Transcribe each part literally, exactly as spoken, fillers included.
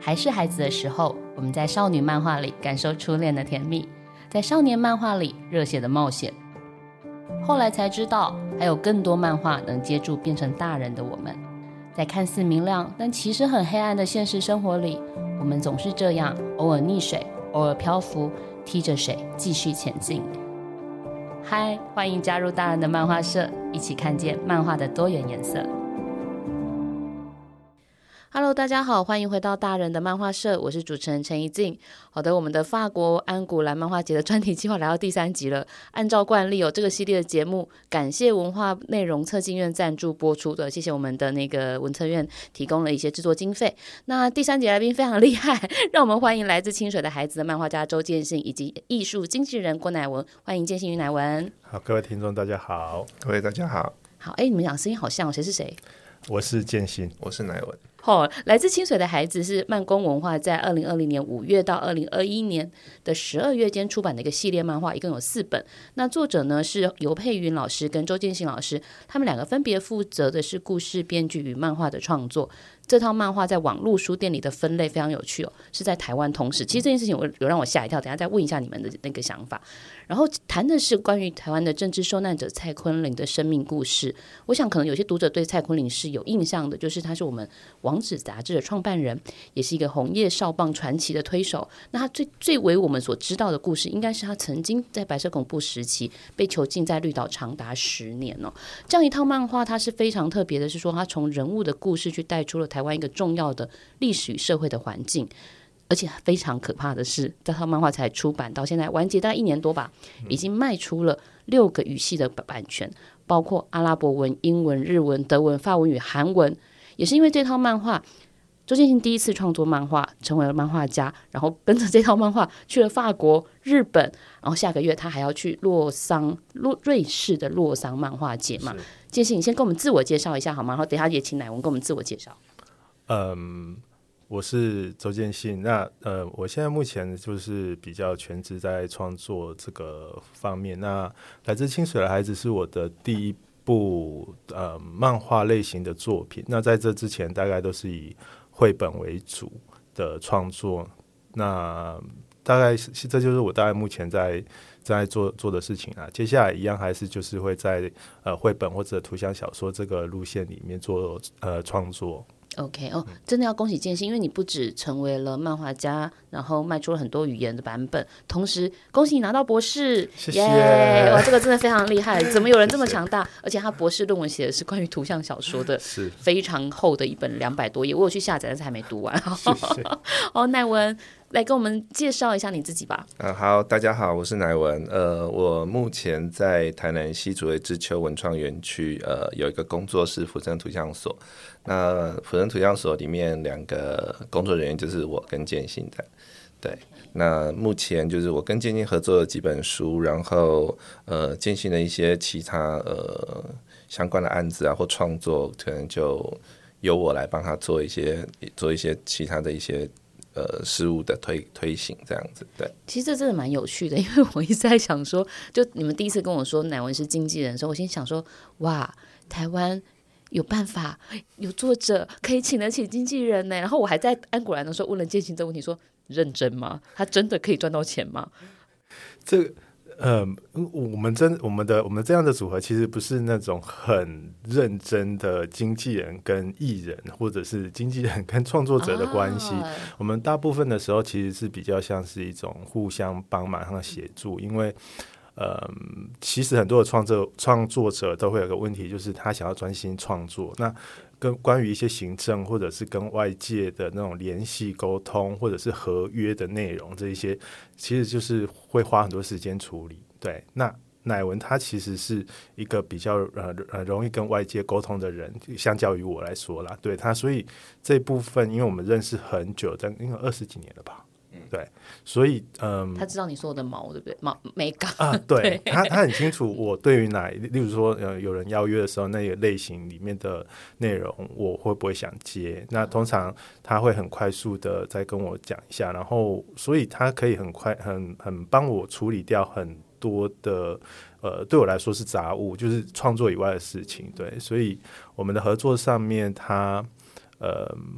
还是孩子的时候，我们在少女漫画里感受初恋的甜蜜，在少年漫画里热血的冒险。后来才知道，还有更多漫画能接住变成大人的我们。在看似明亮但其实很黑暗的现实生活里，我们总是这样，偶尔溺水，偶尔漂浮，踢着水继续前进。嗨，欢迎加入大人的漫画社，一起看见漫画的多元颜色。Hello， 大家好，欢迎回到大人的漫画社，我是主持人陈怡静。好的，我们的法国安古兰漫画节的专题计划来到第三集了。按照惯例哦，这个系列的节目感谢文化内容策进院赞助播出的，谢谢我们的那个文策院提供了一些制作经费。那第三集来宾非常厉害，让我们欢迎来自清水的孩子的漫画家周建信以及艺术经纪人郭乃文，欢迎建信与乃文。 好，各位听众大家好。 各位大家好。 好，哎，你们俩声音好像，谁是谁？ 我是建信， 我是乃文。 哦，来自清水的孩子是慢工文化在二零二零年五月到二零二一年的十二月间出版的一个系列漫画，一共有四本。那作者呢是尤佩云老师跟周建信老师，他们两个分别负责的是故事编剧与漫画的创作。这套漫画在网络书店里的分类非常有趣哦，是在台湾同时。其实这件事情有有让我吓一跳，等一下再问一下你们的那个想法。然后谈的是关于台湾的政治受难者蔡昆霖的生命故事。我想可能有些读者对蔡昆霖是有印象的，就是他是我们网址杂志的创办人，也是一个红叶少棒传奇的推手。那他最最为我们所知道的故事，应该是他曾经在白色恐怖时期被囚禁在绿岛长达十年哦。这样一套漫画，它是非常特别的，是说他从人物的故事去带出了台湾一个重要的历史与社会的环境。而且非常可怕的是，这套漫画才出版到现在完结大概一年多吧，已经卖出了六个语系的版权，包括阿拉伯文、英文、日文、德文、法文与韩文。也是因为这套漫画，周建信第一次创作漫画，成为了漫画家，然后跟着这套漫画去了法国、日本，然后下个月他还要去洛桑瑞士的洛桑漫画节嘛。建信，你先跟我们自我介绍一下好吗？然后等一下也请乃文跟我们自我介绍。 嗯，我是周建信。那呃，我现在目前就是比较全职在创作这个方面。那来自清水的孩子是我的第一部呃漫画类型的作品。那在这之前，大概都是以绘本为主的创作。那大概是这就是我大概目前在在做做的事情啊。接下来一样还是就是会在呃绘本或者图像小说这个路线里面做呃创作。 OK 哦，真的要恭喜建信，因为你不只成为了漫画家，然后卖出了很多语言的版本，同时恭喜你拿到博士， 谢谢。 Yeah, 哇，这个真的非常厉害，怎么有人这么强大？而且他博士论文写的是关于图像小说的， 是非常厚的一本两百多页，我有去下载，但是还没读完。 谢谢。 哦，乃文来跟我们介绍一下你自己吧。 呃、好，大家好，我是乃文。呃，我目前在台南西竹围知秋文创园区，呃，有一个工作室浮生图像所。那浮生图像所里面两个工作人员就是我跟建信的。对，那目前就是我跟建信合作了几本书，然后呃，建信的一些其他呃相关的案子啊或创作，可能就由我来帮他做一些做一些其他的一些。呃，事物的 推, 推行这样子。对， 其实这真的蛮有趣的，因为我一直在想说，就你们第一次跟我说乃文是经纪人的时候，我心想说，哇，台湾有办法有作者可以请得起经纪人呢。然后我还在安古兰的时候问了建信这个问题，说认真吗？他真的可以赚到钱吗？ 这个呃，我们真我们的我们这样的组合其实不是那种很认真的经纪人跟艺人，或者是经纪人跟创作者的关系、啊、我们大部分的时候其实是比较像是一种互相帮忙和协助。因为呃，其实很多的创作创作者都会有个问题，就是他想要专心创作，那跟关于一些行政或者是跟外界的那种联系沟通或者是合约的内容，这一些其实就是会花很多时间处理。对，那乃文他其实是一个比较呃容易跟外界沟通的人，相较于我来说啦，对他，所以这部分因为我们认识很久，但应该二十几年了吧。对，所以嗯， 他知道你说的毛对不对？毛没搞啊，对, 对他他很清楚我对于哪，例如说呃有人邀约的时候，那个类型里面的内容我会不会想接？那通常他会很快速的再跟我讲一下，然后所以他可以很快很很帮我处理掉很多的呃对我来说是杂物，就是创作以外的事情。对，所以我们的合作上面他呃。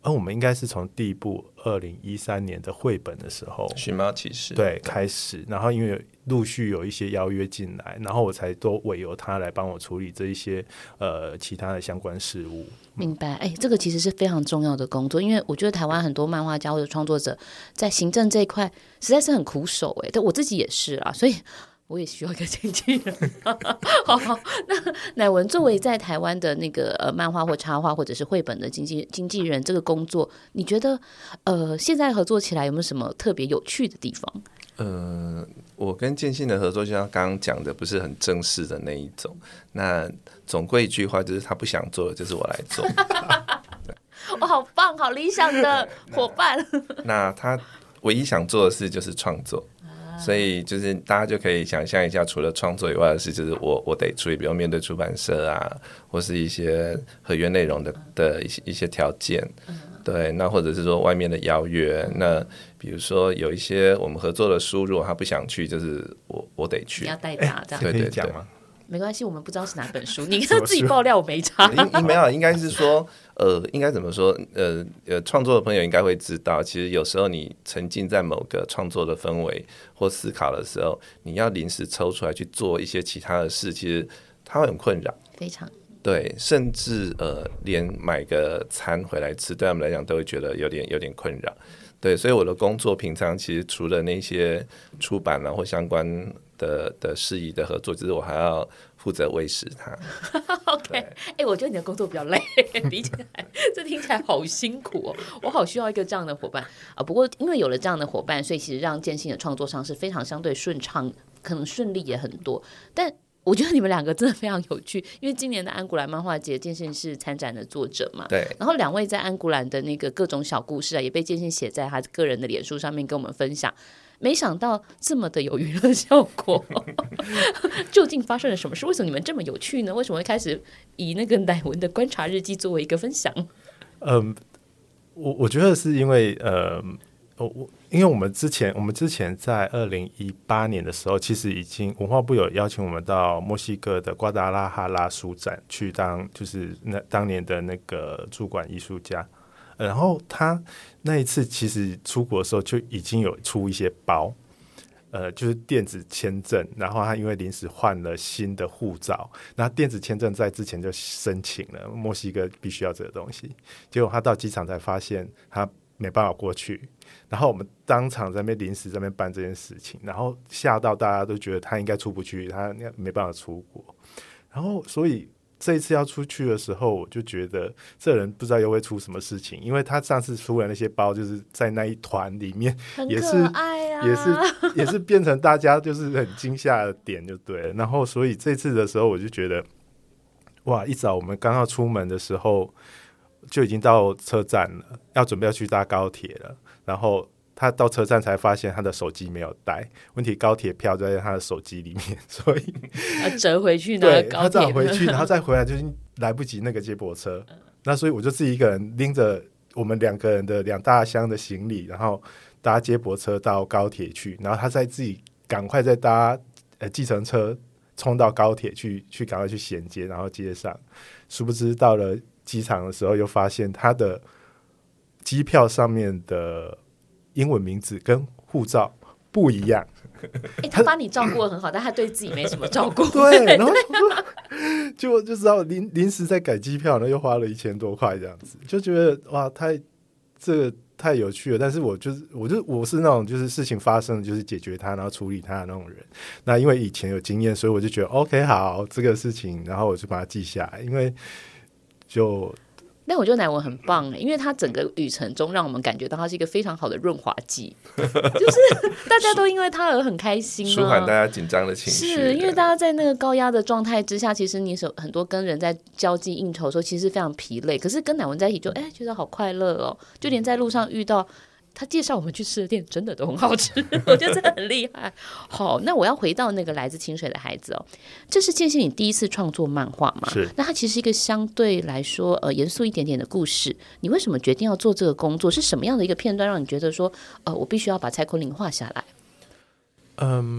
而、呃、我们应该是从第一部二零一三年的绘本的时候， 寻猫启事， 对，开始，然后因为陆续有一些邀约进来，然后我才都委由他来帮我处理这一些呃其他的相关事务。 明白，哎，这个其实是非常重要的工作，因为我觉得台湾很多漫画家或者创作者在行政这一块实在是很苦手，哎，但我自己也是啊，所以我也需要一个经纪人。好好，那乃文作为在台湾的那个呃漫画或插画或者是绘本的经纪经纪人这个工作，你觉得呃现在合作起来有没有什么特别有趣的地方？ 呃，我跟建信的合作，就像刚刚讲的，不是很正式的那一种。那总归一句话，就是他不想做的，就是我来做。 我好棒，好理想的伙伴。 那他唯一想做的事就是创作。所以就是大家就可以想象一下，除了创作以外的事，就是我我得处理，比如面对出版社啊，或是一些合约内容的的一些一些条件，对，那或者是说外面的邀约，那比如说有一些我们合作的书，如果他不想去，就是我我得去， 你要代打这样， 对对对， 没关系，我们不知道是哪本书，你自己爆料我没差。 应没有，应该是说，呃，应该怎么说？呃呃，创作的朋友应该会知道，其实有时候你沉浸在某个创作的氛围或思考的时候，你要临时抽出来去做一些其他的事，其实它会很困扰， 非常对，甚至呃，连买个餐回来吃，对他们来讲都会觉得有点有点困扰。对，所以我的工作平常其实除了那些出版啊或相关的的事宜的合作，就是我还要负责喂食它。 OK， 哎、欸，我觉得你的工作比较累，比起来这听起来好辛苦哦。我好需要一个这样的伙伴啊。不过因为有了这样的伙伴，所以其实让建信的创作上是非常相对顺畅，可能顺利也很多。但我觉得你们两个真的非常有趣，因为今年的安古兰漫画节，建信是参展的作者嘛， 对。 然后两位在安古兰的那个各种小故事啊，也被建信写在他个人的脸书上面跟我们分享。没想到这么的有娱乐效果，究竟发生了什么事？为什么你们这么有趣呢？为什么会开始以那个乃文的观察日记作为一个分享？ 嗯，我我觉得是因为呃。我因为我们之前我们之前在二零一八年的时候，其实已经文化部有邀请我们到墨西哥的瓜达拉哈拉书展去当就是那当年的那个驻馆艺术家，然后他那一次其实出国的时候就已经有出一些包，呃，就是电子签证，然后他因为临时换了新的护照，那电子签证在之前就申请了，墨西哥必须要这个东西，结果他到机场才发现他没办法过去，然后我们当场在那边临时在那边办这件事情，然后吓到大家都觉得他应该出不去，他没办法出国，然后所以这一次要出去的时候，我就觉得这人不知道又会出什么事情，因为他上次出了那些包，就是在那一团里面也是很可爱啊， 也是也是变成大家就是很惊吓的点就对了，然后所以这次的时候我就觉得哇，一早我们刚要出门的时候就已经到车站了，要准备要去搭高铁了，然后他到车站才发现他的手机没有带，问题高铁票在他的手机里面，所以要折回去拿对高铁， 他折回去然后再回来就已经来不及那个接驳车，那所以我就自己一个人拎着我们两个人的两大箱的行李，然后搭接驳车到高铁去，然后他再自己赶快再搭呃计程车冲到高铁去去赶快去衔接，然后接上，殊不知到了机场的时候又发现他的机票上面的英文名字跟护照不一样。 欸、他把你照顾得很好，但他对自己没什么照顾。 对，然后就就知道临临时在改机票，然后又花了一千多块这样子，就觉得哇，太这个太有趣了。但是我就是我就我是那种就是事情发生了就是解决它，然后处理它的那种人。那因为以前有经验，所以我就觉得 OK 好这个事情，然后我就把它记下来，因为就。 但我觉得乃文很棒，因为他整个旅程中让我们感觉到他是一个非常好的润滑剂，就是大家都因为他而很开心、啊， 舒缓大家紧张的情绪。 是因为大家在那个高压的状态之下，其实你很多跟人在交际应酬的时候，其实非常疲累。可是跟乃文在一起就，就哎觉得好快乐哦，就连在路上遇到。他介绍我们去吃的店真的都很好吃，我觉得真的很厉害。好，那我要回到那个来自清水的孩子哦，这是建信你第一次创作漫画嘛？ 是。 那它其实是一个相对来说呃严肃一点点的故事。你为什么决定要做这个工作？是什么样的一个片段让你觉得说呃我必须要把蔡坤林画下来？ 嗯，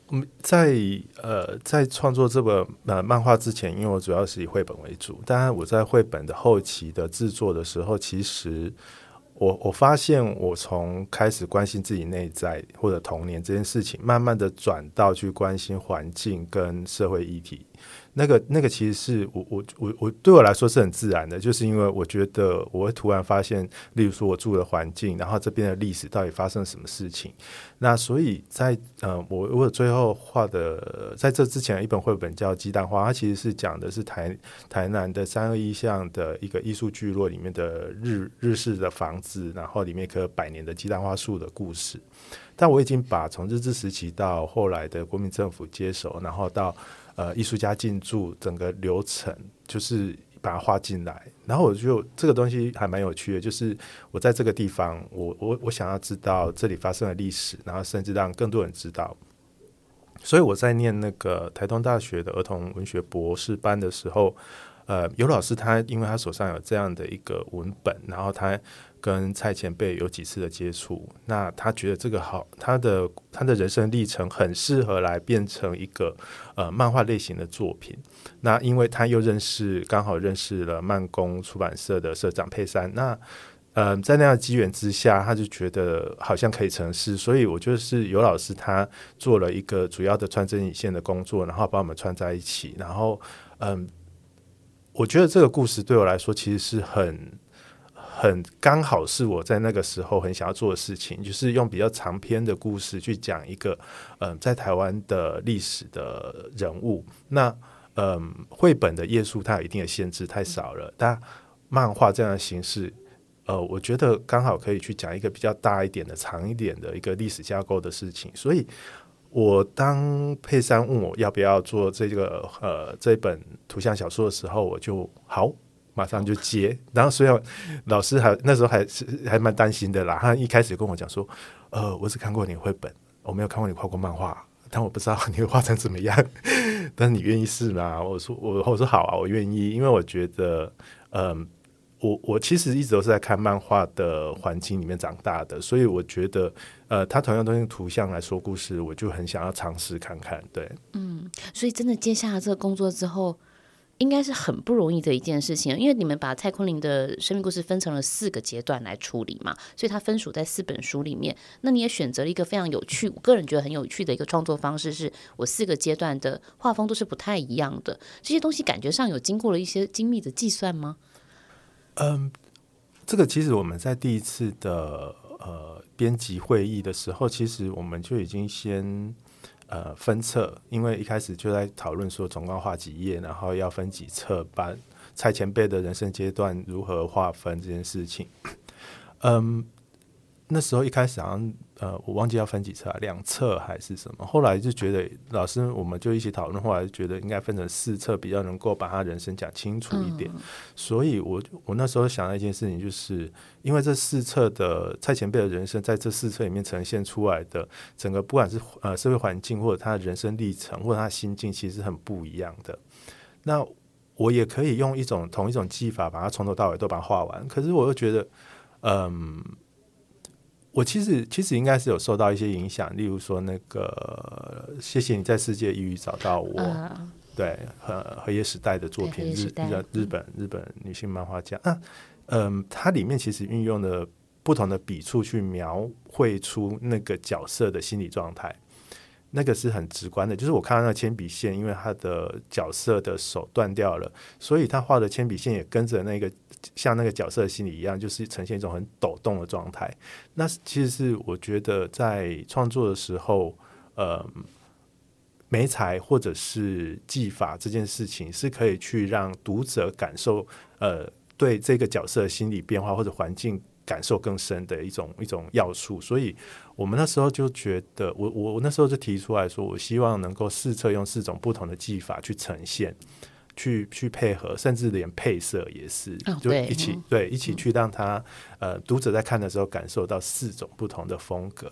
在呃在创作这个呃漫画之前，因为我主要是以绘本为主，当然我在绘本的后期的制作的时候，其实我我发现我从开始关心自己内在或者童年这件事情，慢慢的转到去关心环境跟社会议题。那个那个其实是我我我我对我来说是很自然的，就是因为我觉得我会突然发现，例如说我住的环境，然后这边的历史到底发生了什么事情。那所以在呃我我最后画的在这之前的一本绘本叫《鸡蛋花》，它其实是讲的是台台南的三二一巷的一个艺术聚落里面的日日式的房子，然后里面一棵百年的鸡蛋花树的故事。但我已经把从日治时期到后来的国民政府接手，然后到呃艺术家进驻整个流程，就是把它画进来。然后我就这个东西还蛮有趣的，就是我在这个地方，我我我想要知道这里发生的历史，然后甚至让更多人知道。所以我在念那个台东大学的儿童文学博士班的时候，呃，有老师他因为他手上有这样的一个文本，然后他跟蔡前辈有几次的接触，那他觉得这个好，他的他的人生历程很适合来变成一个呃漫画类型的作品。那因为他又认识，刚好认识了漫工出版社的社长佩珊，那呃在那样的机缘之下，他就觉得好像可以成事，所以我就是尤老师他做了一个主要的穿针引线的工作，然后把我们串在一起，然后嗯、呃，我觉得这个故事对我来说其实是很。很刚好是我在那个时候很想要做的事情，就是用比较长篇的故事去讲一个嗯、呃，在台湾的历史的人物。那嗯，绘本的页数它有一定的限制，太少了，但漫画这样的形式呃，我觉得刚好可以去讲一个比较大一点的长一点的一个历史架构的事情。所以我当佩珊问我要不要做这个呃这本图像小说的时候，我就好马上就接。然后虽然老师还那时候还是还蛮担心的啦，他一开始跟我讲说呃我只看过你绘本，我没有看过你画过漫画，但我不知道你会画成怎么样但是你愿意试吗？我说我我说好啊，我愿意。因为我觉得嗯、呃我我其实一直都是在看漫画的环境里面长大的，所以我觉得呃他同样都用图像来说故事，我就很想要尝试看看。对， 嗯，所以真的接下了这个工作之后应该是很不容易的一件事情，因为你们把蔡坤林的生命故事分成了四个阶段来处理嘛，所以它分属在四本书里面。那你也选择了一个非常有趣，我个人觉得很有趣的一个创作方式，是我四个阶段的画风都是不太一样的。这些东西感觉上有经过了一些精密的计算吗？ 嗯，这个其实我们在第一次的呃编辑会议的时候，其实我们就已经先呃分册，因为一开始就在讨论说总共画几页，然后要分几册，把蔡前辈的人生阶段如何划分这件事情。嗯，那时候一开始好像呃我忘记要分几册啊，两册还是什么，后来就觉得老师我们就一起讨论，后来就觉得应该分成四册比较能够把他人生讲清楚一点。嗯、所以我我那时候想到一件事情，就是因为这四册的蔡前辈的人生在这四册里面呈现出来的整个不管是呃社会环境或者他的人生历程或者他的心境其实很不一样的。那我也可以用一种同一种技法把它从头到尾都把它画完，可是我又觉得嗯我其实其实应该是有受到一些影响，例如说那个谢谢你在世界一隅找到我、uh, 对荷叶时代的作品，日日本日本女性漫画家啊，嗯，它里面其实运用了不同的笔触去描绘出那个角色的心理状态，那个是很直观的。就是我看到那个铅笔线，因为他的角色的手断掉了，所以他画的铅笔线也跟着那个像那个角色的心理一样，就是呈现一种很抖动的状态。那其实是我觉得在创作的时候呃，媒材或者是技法这件事情是可以去让读者感受呃对这个角色的心理变化或者环境感受更深的一种一种要素。所以我们那时候就觉得我我我那时候就提出来说，我希望能够试测用四种不同的技法去呈现，去去配合，甚至连配色也是、哦、就一起 对,、嗯、对一起去让他、呃、读者在看的时候感受到四种不同的风格。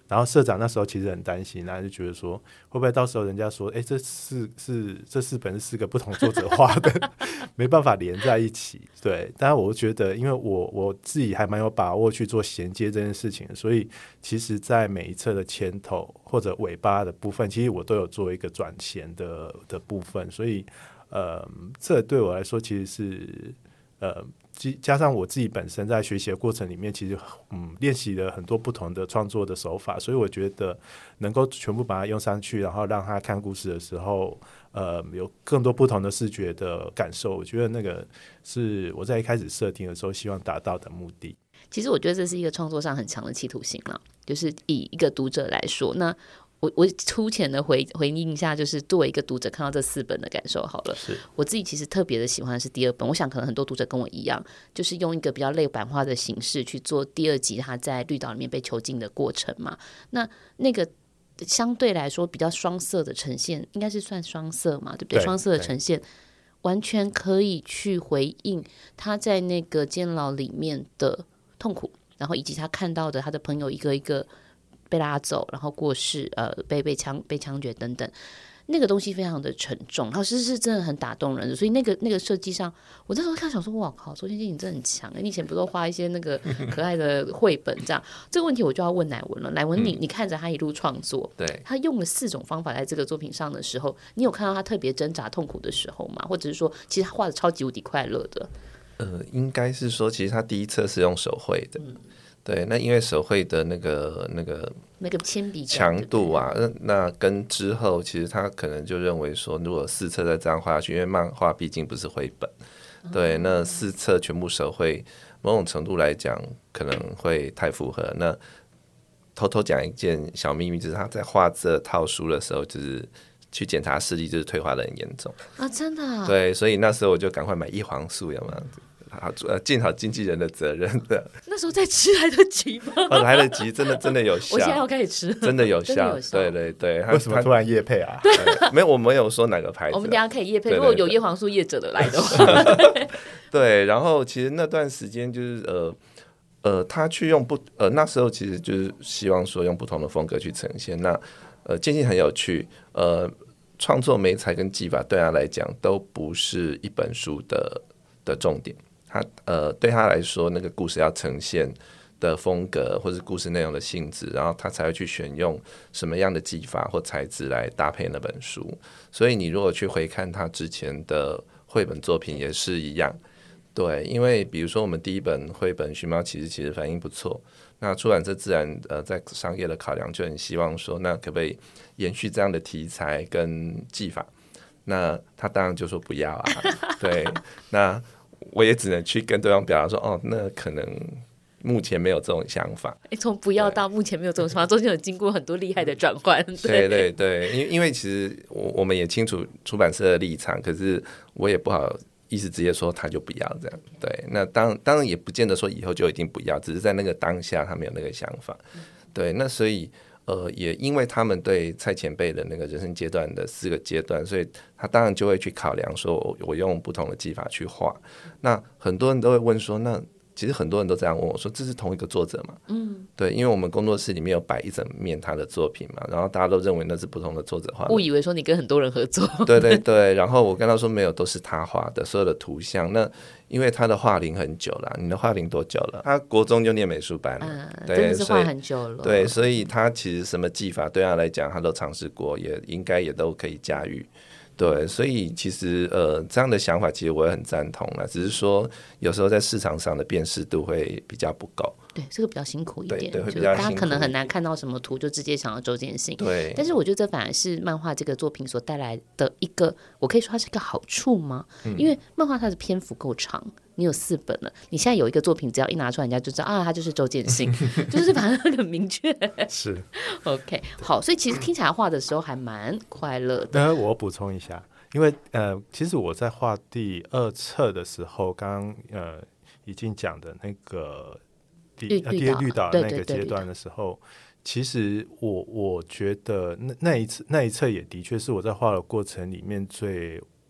然后社长那时候其实很担心，然后就觉得说会不会到时候人家说，哎，这四是这四本是四个不同作者画的，没办法连在一起。对，但是我觉得，因为我我自己还蛮有把握去做衔接这件事情，所以其实在每一册的前头或者尾巴的部分，其实我都有做一个转衔的的部分，所以呃，这对我来说其实是呃。加上我自己本身在学习的过程里面，其实嗯练习了很多不同的创作的手法，所以我觉得能够全部把它用上去，然后让他看故事的时候，呃，有更多不同的视觉的感受，我觉得那个是我在一开始设定的时候希望达到的目的。 其实我觉得这是一个创作上很强的企图心了，就是以一个读者来说，那我我粗浅的回回应一下，就是作为一个读者看到这四本的感受好了。 是我自己其实特别的喜欢的是第二本，我想可能很多读者跟我一样，就是用一个比较类版化的形式去做第二集他在绿岛里面被囚禁的过程嘛。那那个相对来说比较双色的呈现，应该是算双色嘛，对不对？双色的呈现完全可以去回应他在那个监牢里面的痛苦，然后以及他看到的他的朋友一个一个被拉走，然后过世，呃，被被枪被枪决等等，那个东西非常的沉重，然后是是真的很打动人的。所以那个那个设计上，我那时候看想说，哇靠，周千金你真的很强，你以前不都画一些那个可爱的绘本这样？这个问题我就要问乃文了。乃文你，你、嗯、你看着他一路创作， 对， 他用了四种方法在这个作品上的时候，你有看到他特别挣扎痛苦的时候吗？或者是说，其实他画的超级无敌快乐的？ 呃，应该是说，其实他第一册是用手绘的。嗯，对，那因为手绘的那个那个那个铅笔强度啊，那那跟之后其实他可能就认为说，如果四册再这样画下去，因为漫画毕竟不是绘本，哦、对，那四册全部手绘，某种程度来讲可能会太符合。那偷偷讲一件小秘密，就是他在画这套书的时候，就是去检查视力，就是退化的很严重啊，真的、啊。 对，所以那时候我就赶快买叶黄素，有没有？好，尽好经纪人的责任的。 那时候再吃来得及吗？ 哦，来得及，真的真的有效。 我现在要开始吃， 真的有效。 有效对对对， 为什么突然业配啊？ 没有，我没有说哪个牌子。 我们等一下可以业配， 对对对， 如果有叶黄素业者的来的话。 对，然后其实那段时间就是呃呃，他去用不呃那时候其实就是希望说用不同的风格去呈现。那呃，渐进很有趣，呃，创作媒材跟技法对他来讲都不是一本书的的重点。他呃，对他来说，那个故事要呈现的风格，或是故事内容的性质，然后他才会去选用什么样的技法或材质来搭配那本书。所以你如果去回看他之前的绘本作品，也是一样。对，因为比如说我们第一本绘本《寻猫启事》其实反应不错，那出版社自然呃在商业的考量就很希望说，那可不可以延续这样的题材跟技法？那他当然就说不要啊。对，那我也只能去跟对方表达说，哦，那可能目前没有这种想法。 从不要到目前没有这种想法，中间有经过很多厉害的转换。 对对对，因为因为其实我我们也清楚出版社的立场，可是我也不好意思直接说他就不要这样。对，那当当然也不见得说以后就一定不要，只是在那个当下他没有那个想法。对，那所以呃，也因为他们对蔡前辈的那个人生阶段的四个阶段，所以他当然就会去考量说我，我用不同的技法去画。那很多人都会问说，那其实很多人都这样问我说，这是同一个作者吗？嗯，对，因为我们工作室里面有摆一整面他的作品嘛，然后大家都认为那是不同的作者画的， 误以为说你跟很多人合作。 对对对，然后我跟他说没有，都是他画的所有的图像。那因为他的画龄很久了，你的画龄多久了？他国中就念美术班了， 嗯， 对， 真的是画很久了。 对，所以他其实什么技法对他来讲，他都尝试过，也应该也都可以驾驭。对，所以其实呃这样的想法其实我也很赞同啦，只是说有时候在市场上的辨识度会比较不够。 对，这个比较辛苦一点， 对对，会比较辛苦一点， 大家可能很难看到什么图就直接想到周建信。 对， 但是我觉得这反而是漫画这个作品所带来的一个，我可以说它是一个好处吗？嗯、因为漫画它的篇幅够长。你有四本了，你现在有一个作品，只要一拿出来，人家就知道啊，他就是周建信，就是反正很明确。 是 OK， 好，所以其实听起来画的时候还蛮快乐的。 但我补充一下，因为呃，其实我在画第二册的时候，刚刚呃已经讲的那个第绿绿岛绿岛那个阶段的时候，其实我我觉得那那一次那一册也的确是我在画的过程里面最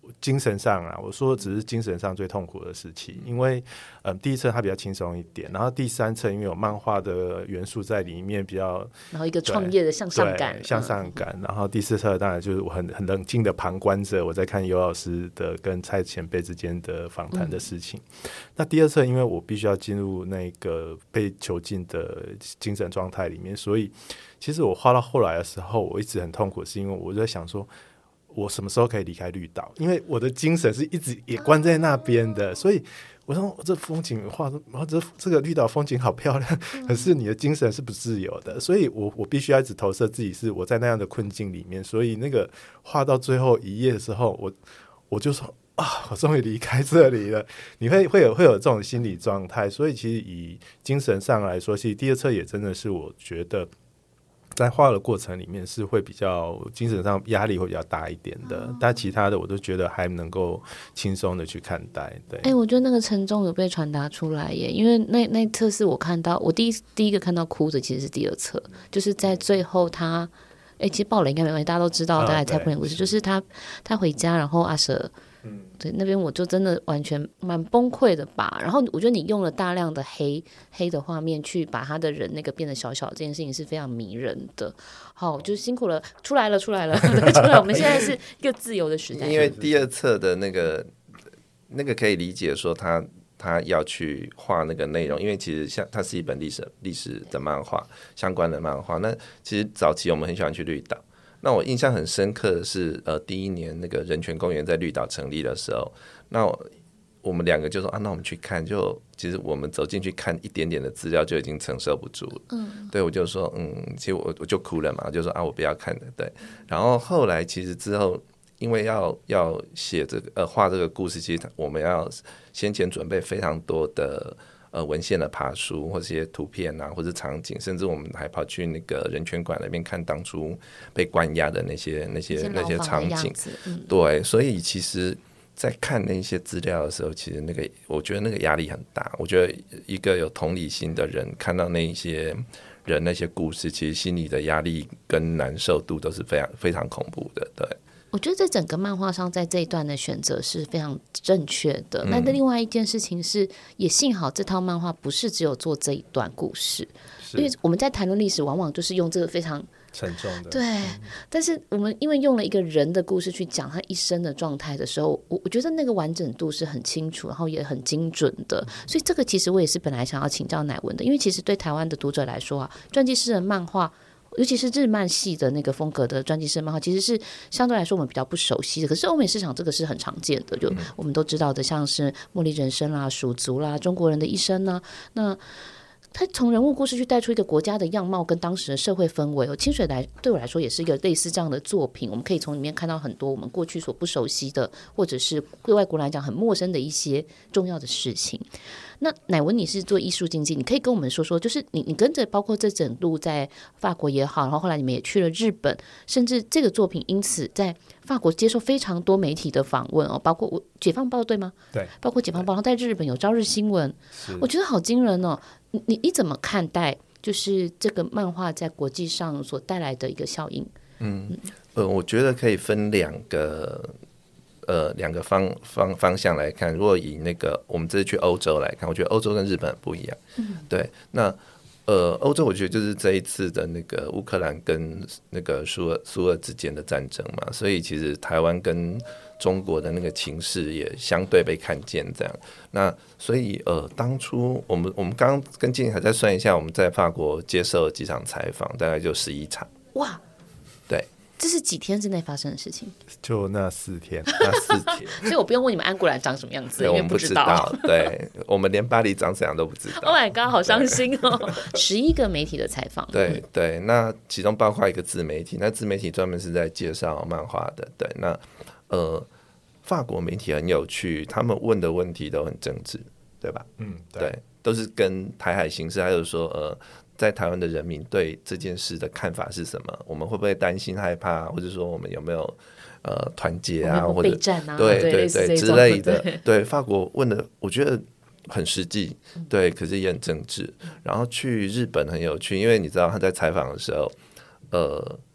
精神上啊，我说只是精神上最痛苦的时期，因为嗯，第一册它比较轻松一点，然后第三册因为有漫画的元素在里面，比较然后一个创业的向上感， 向上感、嗯。然后第四册当然就是我很很冷静的旁观者，我在看尤老师的跟蔡前辈之间的访谈的事情。嗯、那第二册因为我必须要进入那个被囚禁的精神状态里面，所以其实我画到后来的时候，我一直很痛苦，是因为我在想说。我什么时候可以离开绿岛？因为我的精神是一直也关在那边的，所以我说这风景画，这这个绿岛风景好漂亮，可是你的精神是不自由的，所以我我必须要一直投射自己是我在那样的困境里面，所以那个画到最后一页的时候，我我就说啊，我终于离开这里了。你会会有会有这种心理状态，所以其实以精神上来说，其实第二册也真的是我觉得。在画的过程里面是会比较精神上压力会比较大一点的、哦、但其他的我都觉得还能够轻松的去看待。对， 哎、欸，我觉得那个沉重有被传达出来耶，因为那那册是我看到我第一第一个看到哭的其实是第二册，就是在最后他哎、欸，其实爆雷应该没关系，大家都知道，大概猜不了故事，就是他他回家，然后阿舍。嗯，对，那边我就真的完全蛮崩溃的吧。然后我觉得你用了大量的黑黑的画面去把他的人那个变得小小的这件事情是非常迷人的。好，就是辛苦了，出来了，出来了，对，出来。我们现在是一个自由的时代。 因为第二册的那个那个可以理解说他他要去画那个内容，因为其实像它是一本历史历史的漫画相关的漫画。那其实早期我们很喜欢去绿岛。那我印象很深刻的是，呃，第一年那个人权公园在绿岛成立的时候，那 我, 我们两个就说啊，那我们去看，就其实我们走进去看一点点的资料就已经承受不住了。嗯，对，我就说，嗯，其实我我就哭了嘛，就说啊，我不要看了，对。然后后来其实之后，因为要要写这个呃画这个故事，其实我们要先前准备非常多的。呃，文献的爬书或者一些图片啊，或者场景，甚至我们还跑去那个人权馆那边看当初被关押的那些那些那些场景、嗯。对，所以其实，在看那些资料的时候，其实那个我觉得那个压力很大。我觉得一个有同理心的人看到那一些人那些故事，其实心里的压力跟难受度都是非常非常恐怖的。对。 我觉得在整个漫画上，在这一段的选择是非常正确的。那、嗯、另外一件事情是，也幸好这套漫画不是只有做这一段故事，因为我们在谈论历史，往往就是用这个非常沉重的。 对、嗯，但是我们因为用了一个人的故事去讲他一生的状态的时候，我我觉得那个完整度是很清楚，然后也很精准的。所以这个其实我也是本来想要请教乃文的，因为其实对台湾的读者来说啊，传记式的漫画。尤其是日漫系的那个风格的传记式漫画，其实是相对来说我们比较不熟悉的。可是欧美市场这个是很常见的，就我们都知道的，像是《茉莉人生》啦、《蜀族》啦、《中国人的一生》呢，那他从人物故事去带出一个国家的样貌跟当时的社会氛围。清水来对我来说也是一个类似这样的作品，我们可以从里面看到很多我们过去所不熟悉的，或者是对外国人来讲很陌生的一些重要的事情。那乃文你是做艺术经济，你可以跟我们说说，就是你你跟着包括这整路在法国也好，然后后来你们也去了日本，甚至这个作品因此在法国接受非常多媒体的访问哦，包括我解放报对吗？ 对， 包括解放报，然后在日本有朝日新闻，我觉得好惊人哦。你你你怎么看待就是这个漫画在国际上所带来的一个效应？ 嗯呃，我觉得可以分两个。呃，两个方方方向来看，如果以那个我们这次去欧洲来看，我觉得欧洲跟日本不一样。嗯、对，那呃，欧洲我觉得就是这一次的那个乌克兰跟那个苏俄苏俄之间的战争嘛，所以其实台湾跟中国的那个情势也相对被看见，这样。那所以呃，当初我们我们刚刚跟静还在算一下，我们在法国接受了几场采访，大概就十一场。 哇， 对。 这是几天之内发生的事情？ 就那四天， 那四天， 所以我不用问你们安古兰长什么样子，因为不知道。对，我们连巴黎长怎样都不知道。 Oh my god， 好伤心哦！十一个媒体的采访， 对对，那其中包括一个自媒体，那自媒体专门是在介绍漫画的。对，那呃，法国媒体很有趣，他们问的问题都很政治，对吧？嗯，对，对，都是跟台海形势，还有说呃。在台湾的人民对这件事的看法是什么？我们会不会担心害怕，或者说我们有没有呃团结啊，或者备战啊， 对对对 对之类的？对, 对，法国问的我觉得很实际，对，可是也很政治。然后去日本很有趣，因为你知道他在采访的时候，呃，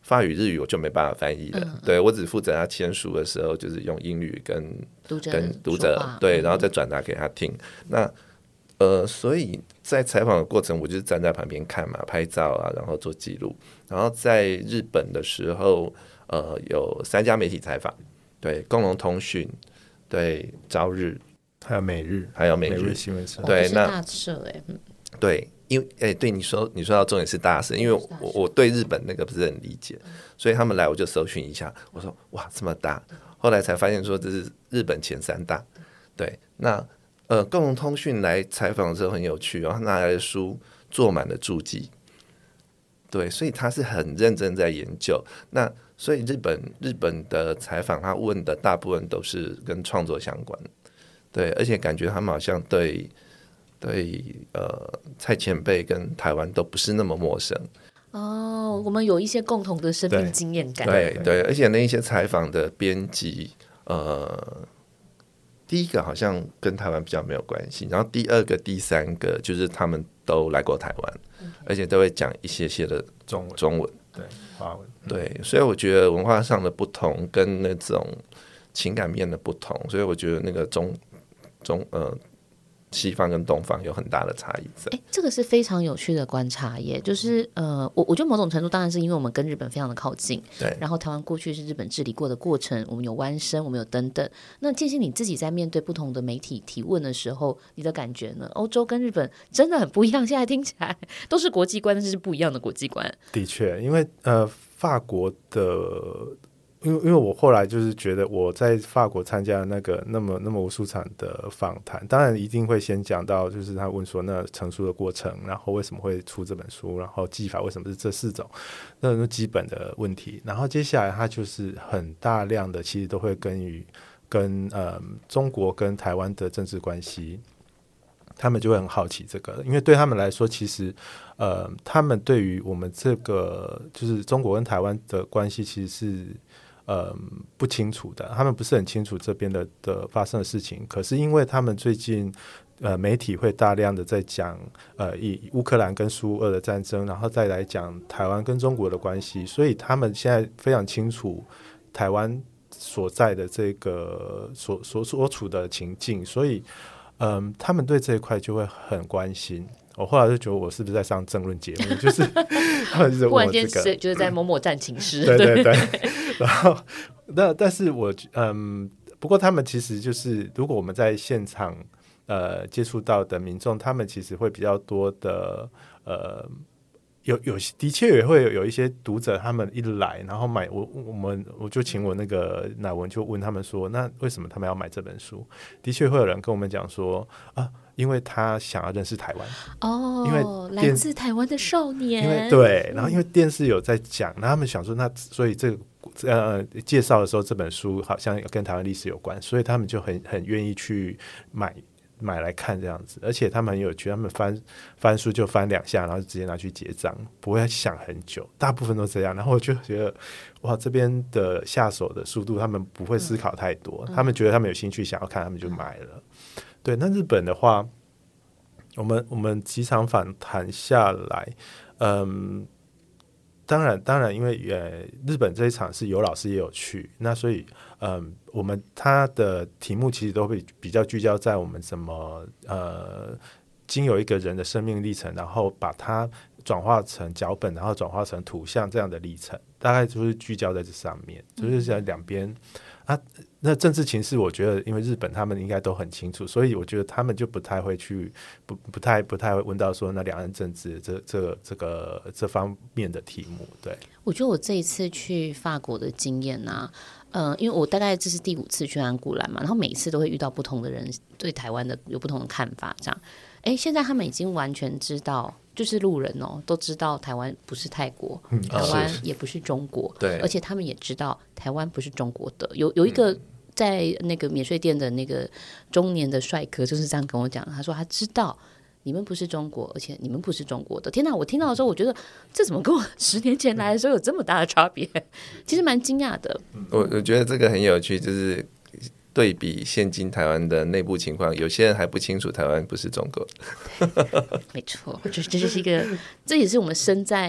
法语、日语我就没办法翻译了，嗯、对我只负责他签署的时候，就是用英语跟读者跟读者对，然后再转达给他听。嗯、那呃，所以在采访的过程，我就是站在旁边看嘛，拍照啊，然后做记录。然后在日本的时候，呃，有三家媒体采访，对，共同通讯，对，朝日， 还有每日， 还有每日, 每日新闻社， 对，那大社哎、欸， 对。因为哎，对你说，你说到重点是大事，因为我我对日本那个不是很理解，所以他们来我就搜寻一下，我说哇这么大，后来才发现说这是日本前三大。对，那呃共同通讯来采访的时候很有趣，然后拿来的书做满了注记，对，所以他是很认真在研究。那所以日本日本的采访，他问的大部分都是跟创作相关，对，而且感觉他们好像对。对，呃，蔡前辈跟台湾都不是那么陌生哦，我们有一些共同的生命经验感。 对 对, 对，而且那一些采访的编辑，呃，第一个好像跟台湾比较没有关系，然后第二个、第三个就是他们都来过台湾，嗯、而且都会讲一些些的中文， 中文对，华文， 对，所以我觉得文化上的不同跟那种情感面的不同，所以我觉得那个中中呃。西方跟东方有很大的差异在。 欸，这个是非常有趣的观察耶，就是呃，我我觉得某种程度当然是因为我们跟日本非常的靠近， 对， 然后台湾过去是日本治理过的过程，我们有湾生，我们有等等。那建新你自己在面对不同的媒体提问的时候，你的感觉呢？欧洲跟日本真的很不一样，现在听起来都是国际观，但是不一样的国际观。 的确，因为呃，法国的。因为因为我后来就是觉得我在法国参加那个那么那么无数场的访谈，当然一定会先讲到，就是他问说那成书的过程，然后为什么会出这本书，然后技法为什么是这四种，那种基本的问题。然后接下来他就是很大量的其实都会跟于跟呃中国跟台湾的政治关系。他们就会很好奇这个，因为对他们来说，其实，呃，他们对于我们这个就是中国跟台湾的关系，其实是呃不清楚的。他们不是很清楚这边的的发生的事情。可是因为他们最近呃媒体会大量的在讲呃以乌克兰跟苏俄的战争，然后再来讲台湾跟中国的关系，所以他们现在非常清楚台湾所在的这个所所所处的情境，所以。嗯，他们对这一块就会很关心。我后来就觉得我是不是在上政论节目，就是他们就是问我这个， 忽然间就是在某某战情室， 对对对。然后，那但是我嗯，不过他们其实就是，如果我们在现场呃接触到的民众，他们其实会比较多的呃。有有的确也会有一些读者，他们一来，然后买我我们我就请我那个乃文就问他们说，那为什么他们要买这本书？的确会有人跟我们讲说啊，因为他想要认识台湾哦， 因为来自台湾的少年， 因为对，然后因为电视有在讲，然后他们想说，那所以这个呃介绍的时候，这本书好像跟台湾历史有关，所以他们就很很愿意去买。买来看这样子，而且他们很有趣，他们翻翻书就翻两下，然后就直接拿去结账，不会想很久，大部分都这样。然后我就觉得，哇，这边的下手的速度，他们不会思考太多，嗯、他们觉得他们有兴趣想要看，他们就买了。嗯、对，那日本的话，我们我们几场访谈下来，嗯。当然，当然，因为呃，日本这一场是有老师也有去，那所以，嗯，我们他的题目其实都会比较聚焦在我们怎么呃，经由一个人的生命历程，然后把它转化成脚本，然后转化成图像这样的历程，大概就是聚焦在这上面，就是在两边啊。那政治情势，我觉得因为日本他们应该都很清楚，所以我觉得他们就不太会去不不太不太会问到说那两岸政治这这这个这方面的题目。对， 我觉得我这一次去法国的经验啊，呃，因为我大概这是第五次去安古兰嘛，然后每一次都会遇到不同的人对台湾的有不同的看法，这样。哎，现在他们已经完全知道，就是路人哦，都知道台湾不是泰国，嗯、台湾也不是中国， 对， 而且他们也知道台湾不是中国的。有有一个在那个免税店的那个中年的帅哥就是这样跟我讲，他说他知道你们不是中国，而且你们不是中国的。天哪！我听到的时候，我觉得这怎么跟我十年前来的时候有这么大的差别？其实蛮惊讶的。 我我觉得这个很有趣，就是对比现今台湾的内部情况，有些人还不清楚台湾不是中国。 没错，这这就是一个，这也是我们身在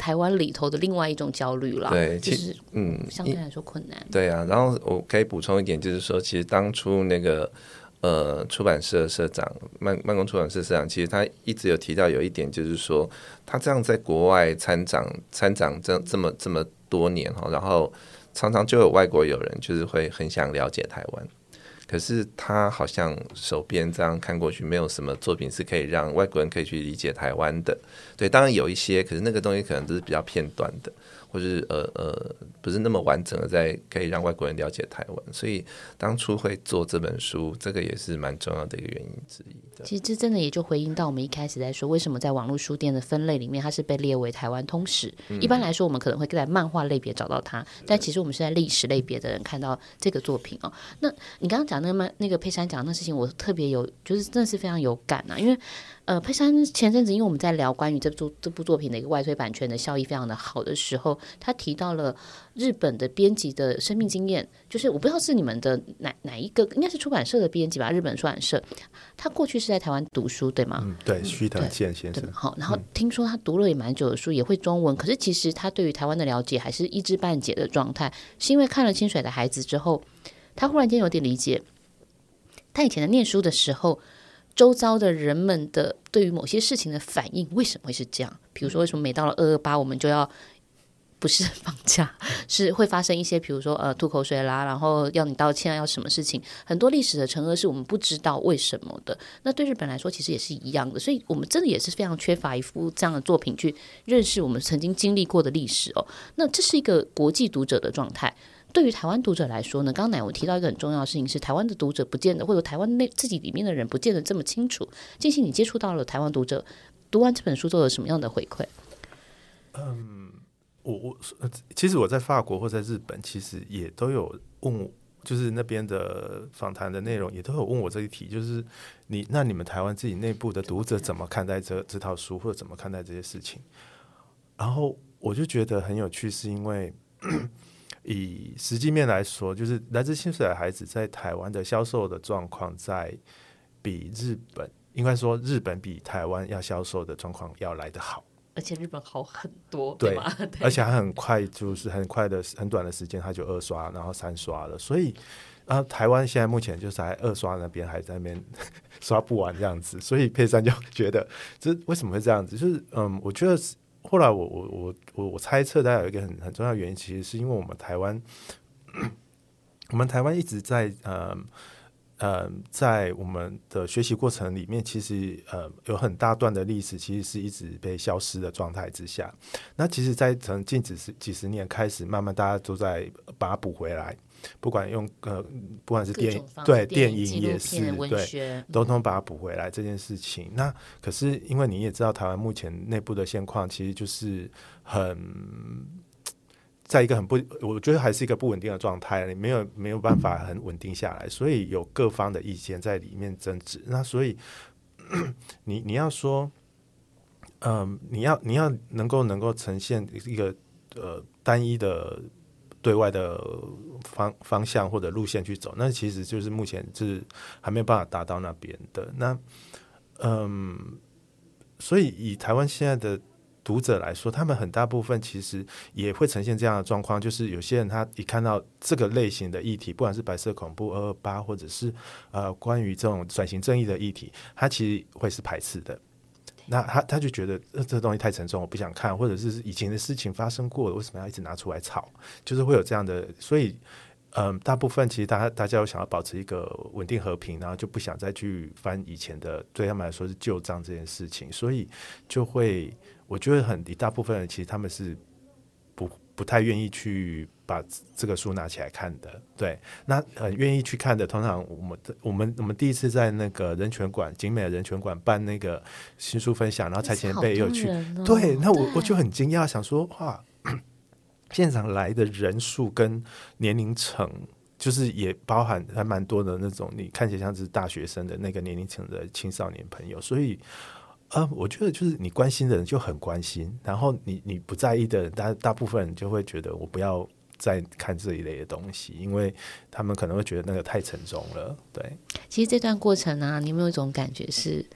台湾里头的另外一种焦虑啦， 对， 就是嗯， 相对来说困难。 对啊，然后我可以补充一点，就是说，其实当初那个呃出版社社长慢慢工出版社社长，其实他一直有提到有一点，就是说他这样在国外参展参展这这么这么多年哈，然后常常就有外国友人就是会很想了解台湾。可是他好像手边这样看过去，没有什么作品是可以让外国人可以去理解台湾的。对，当然有一些，可是那个东西可能都是比较片段的，或是呃呃不是那么完整的，在可以让外国人了解台湾。所以当初会做这本书，这个也是蛮重要的一个原因之一的。 其实这真的也就回应到我们一开始在说，为什么在网络书店的分类里面，它是被列为台湾通史。嗯、一般来说，我们可能会在漫画类别找到它，但其实我们是在历史类别的人看到这个作品哦。那你刚刚讲那个那个佩珊讲的那事情，我特别有，就是真的是非常有感啊，因为呃，佩珊前阵子因为我们在聊关于这部这部作品的一个外推版权的效益非常的好的时候，他提到了日本的编辑的生命经验，就是我不知道是你们的哪哪一个，应该是出版社的编辑吧，日本出版社，他过去是在台湾读书对吗？ 嗯，对，须藤健先生。 好，然后听说他读了也蛮久的书，也会中文，可是其实他对于台湾的了解还是一知半解的状态，是因为看了《清水的孩子》之后，他忽然间有点理解。他以前在念书的时候，周遭的人们的对于某些事情的反应为什么会是这样？比如说，为什么每到了二二八我们就要不是放假，是会发生一些，比如说呃吐口水啦，然后要你道歉，要什么事情？很多历史的成恶是我们不知道为什么的。那对日本来说，其实也是一样的。所以我们真的也是非常缺乏一幅这样的作品去认识我们曾经经历过的历史哦。那这是一个国际读者的状态。对于台湾读者来说呢，刚刚乃我提到一个很重要的事情是，台湾的读者不见得，或者台湾内自己里面的人不见得这么清楚。静心，你接触到了台湾读者，读完这本书之后有什么样的回馈？ 嗯，我我其实我在法国或在日本，其实也都有问我，就是那边的访谈的内容也都有问我这一题，就是你那你们台湾自己内部的读者怎么看待这这套书，或者怎么看待这些事情？然后我就觉得很有趣，是因为以实际面来说，就是来自清水的孩子在台湾的销售的状况，在比日本，应该说日本比台湾要销售的状况要来得好， 而且日本好很多， 对, 对吧？对， 而且还很快，就是很快的很短的时间，它就二刷，然后三刷了。所以啊，台湾现在目前就是还二刷那边还在那边刷不完这样子，所以佩珊就觉得这为什么会这样子？就是嗯，我觉得后来我我我我我猜测，大家有一个很很重要的原因，其实是因为我们台湾，我们台湾一直在呃呃在我们的学习过程里面，其实呃有很大段的历史其实是一直被消失的状态之下。那其实，在从近几十几十年开始，慢慢大家都在把它补回来。不管用呃，不管是电影对电影也是对，都通把它补回来这件事情。那可是因为你也知道，台湾目前内部的现况其实就是很在一个很不，我觉得还是一个不稳定的状态，你没有没有办法很稳定下来，所以有各方的意见在里面争执。那所以你你要说，嗯、呃，你要你要能够能够呈现一个呃单一的。对外的方方向或者路线去走，那其实就是目前是还没有办法达到那边的。那嗯，所以以台湾现在的读者来说，他们很大部分其实也会呈现这样的状况，就是有些人他一看到这个类型的议题，不管是白色恐怖、二二八，或者是呃关于这种转型正义的议题，他其实会是排斥的。那他他就觉得、呃、这个东西太沉重，我不想看，或者是以前的事情发生过了，为什么要一直拿出来炒？就是会有这样的，所以嗯，大部分其实大家大家有想要保持一个稳定和平，然后就不想再去翻以前的对他们来说是旧账这件事情，所以就会我觉得很一大部分人其实他们是不不太愿意去把这个书拿起来看的。对，那很愿意去看的，通常我们我们我们第一次在那个人权馆景美的人权馆办那个新书分享，然后蔡前辈也有去、 哦、 对，那我我就很惊讶，想说哇，现场来的人数跟年龄层，就是也包含还蛮多的那种你看起来像是大学生的那个年龄层的青少年朋友，所以呃，我觉得就是你关心的人就很关心，然后你你不在意的人，大大部分人就会觉得我不要再看这一类的东西，因为他们可能会觉得那个太沉重了。对， 其实这段过程啊，你有没有一种感觉是，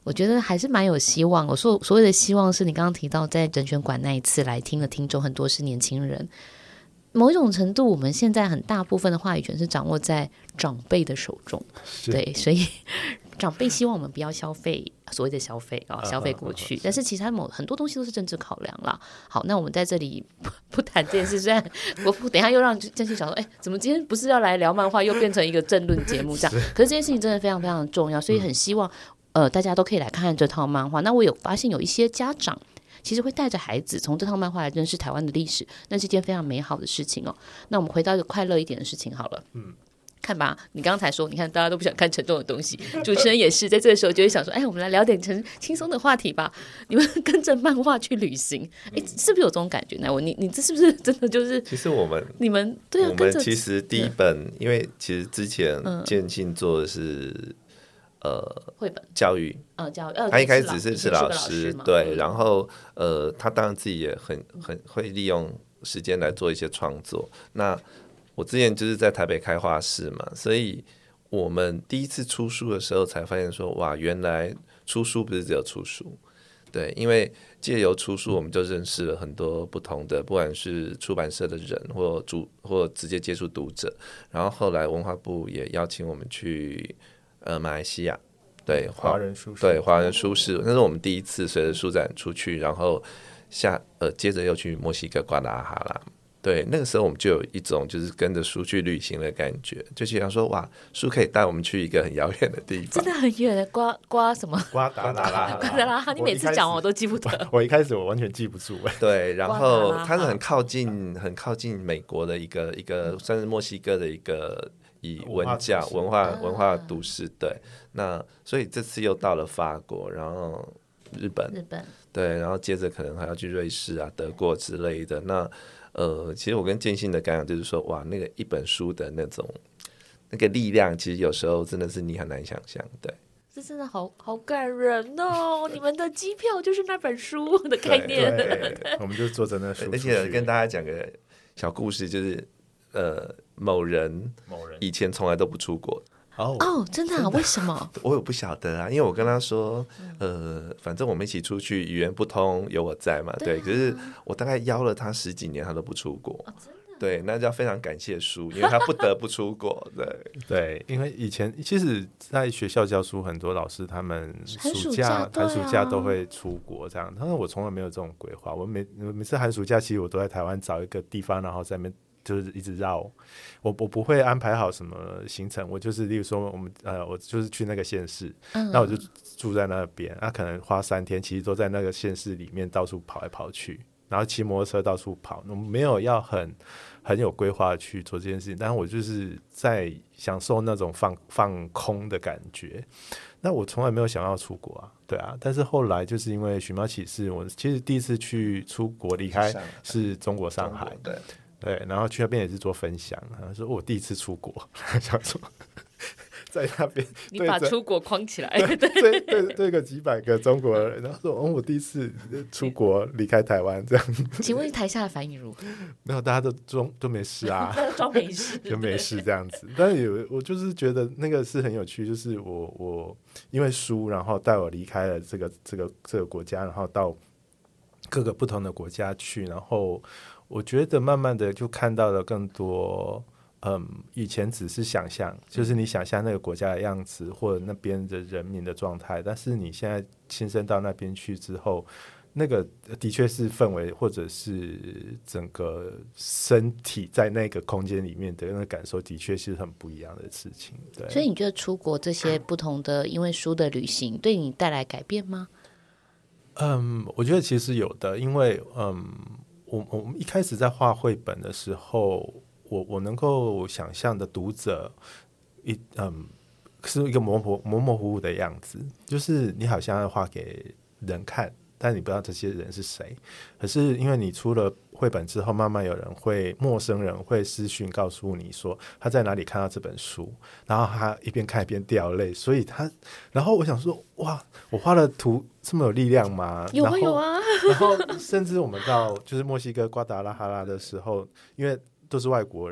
我觉得还是蛮有希望。我说所谓的希望是你刚刚提到在人权馆那一次来听的听众很多是年轻人，某一种程度我们现在很大部分的话语权是掌握在长辈的手中，对，所以长辈希望我们不要消费所谓的消费啊、哦，消费过去，但是其实某很多东西都是政治考量啦。好，那我们在这里不不谈这件事，虽然我等一下又让郑信想说，哎，怎么今天不是要来聊漫画，又变成一个政论节目这样？可是这件事情真的非常非常重要，所以很希望呃大家都可以来看看这套漫画。那我有发现有一些家长其实会带着孩子从这套漫画来认识台湾的历史，那是一件非常美好的事情哦。那我们回到一个快乐一点的事情好了，嗯。看吧，你刚才说，你看大家都不想看沉重的东西，主持人也是在这个时候就会想说，哎，我们来聊点轻轻松的话题吧。你们跟着漫画去旅行，哎，是不是有这种感觉呢？我你你这是不是真的就是？ 其实我们你们对啊， 我们其实第一本，因为其实之前建信做的是、嗯、呃绘本教育， 呃教育，呃他一开始是是老师， 师，对，然后呃他当然自己也很很会利用时间来做一些创作，那。我之前就是在台北开画室嘛，所以我们第一次出书的时候才发现说，哇，原来出书不是只有出书，对，因为借由出书，我们就认识了很多不同的，不管是出版社的人，或主或直接接触读者。然后后来文化部也邀请我们去呃马来西亚，对华人书市， 对华人书市，那是我们第一次随着书展出去，然后下呃接着又去墨西哥瓜达哈拉。对，那个时候我们就有一种就是跟着书去旅行的感觉，就想说哇，书可以带我们去一个很遥远的地方， 真的很远的瓜瓜什么瓜达拉拉瓜达拉哈，你每次讲我都记不得。 我, 我一开始我完全记不住。 对，然后它是很靠近很靠近美国的一个一个算是墨西哥的一个以文教文化文化都市，对，那所以这次又到了法国，然后日本日本对，然后接着可能还要去瑞士啊德国之类的。那呃，其实我跟建信的感想就是说，哇，那个一本书的那种那个力量，其实有时候真的是你很难想象，对。 这真的好好感人哦！你们的机票就是那本书的概念， 对对对我们就坐着那书。 而且跟大家讲个小故事，就是呃，某人某人以前从来都不出国。 哦、oh, 真的啊？为什么？ 我也不晓得啊，因为我跟他说，呃，反正我们一起出去，语言不通，有我在嘛，对。对啊、可是我大概邀了他十几年，他都不出国。哦、真的？对，那就要非常感谢书，因为他不得不出国。对对，因为以前其实，在学校教书，很多老师他们暑假、寒暑假都会出国这样，但是我从来没有这种规划。我每每次寒暑假，其实我都在台湾找一个地方，然后在那边。就是一直绕，我我不会安排好什么行程，我就是例如说我们呃，我就是去那个县市，嗯、那我就住在那边，那、啊、可能花三天，其实都在那个县市里面到处跑来跑去，然后骑摩托车到处跑，我们没有要很很有规划去做这件事情，但是我就是在享受那种放放空的感觉。那我从来没有想要出国啊，对啊，但是后来就是因为寻猫启事，我其实第一次去出国离开是中国上海， 对。 对，然后去那边也是做分享，然后说我第一次出国，想说在那边你把出国框起来， 对对对对个几百个中国人，然后说哦，我第一次出国离开台湾这样。 请问台下的反应如何？ 没有，大家都装都没事啊， 装没事就没事这样子。但是有我就是觉得那个是很有趣，就是我我因为书，然后带我离开了这个这个这个国家，然后到各个不同的国家去，然后。我觉得慢慢的就看到了更多，嗯，以前只是想象，就是你想象那个国家的样子或者那边的人民的状态，但是你现在亲身到那边去之后，那个的确是氛围或者是整个身体在那个空间里面的那个感受，的确是很不一样的事情。对， 所以你觉得出国这些不同的因为书的旅行对你带来改变吗？ 嗯，我觉得其实有的，因为嗯。我我们一开始在画绘本的时候，我我能够想象的读者一嗯是一个模模模模糊糊的样子，就是你好像要画给人看，但你不知道这些人是谁。可是因为你出了绘本之后，慢慢有人会陌生人会私讯告诉你说他在哪里看到这本书，然后他一边看一边掉泪，所以他然后我想说哇，我画的图这么有力量吗？ 有啊有啊。 然后甚至我们到就是墨西哥瓜达拉哈拉的时候，因为都是外国人，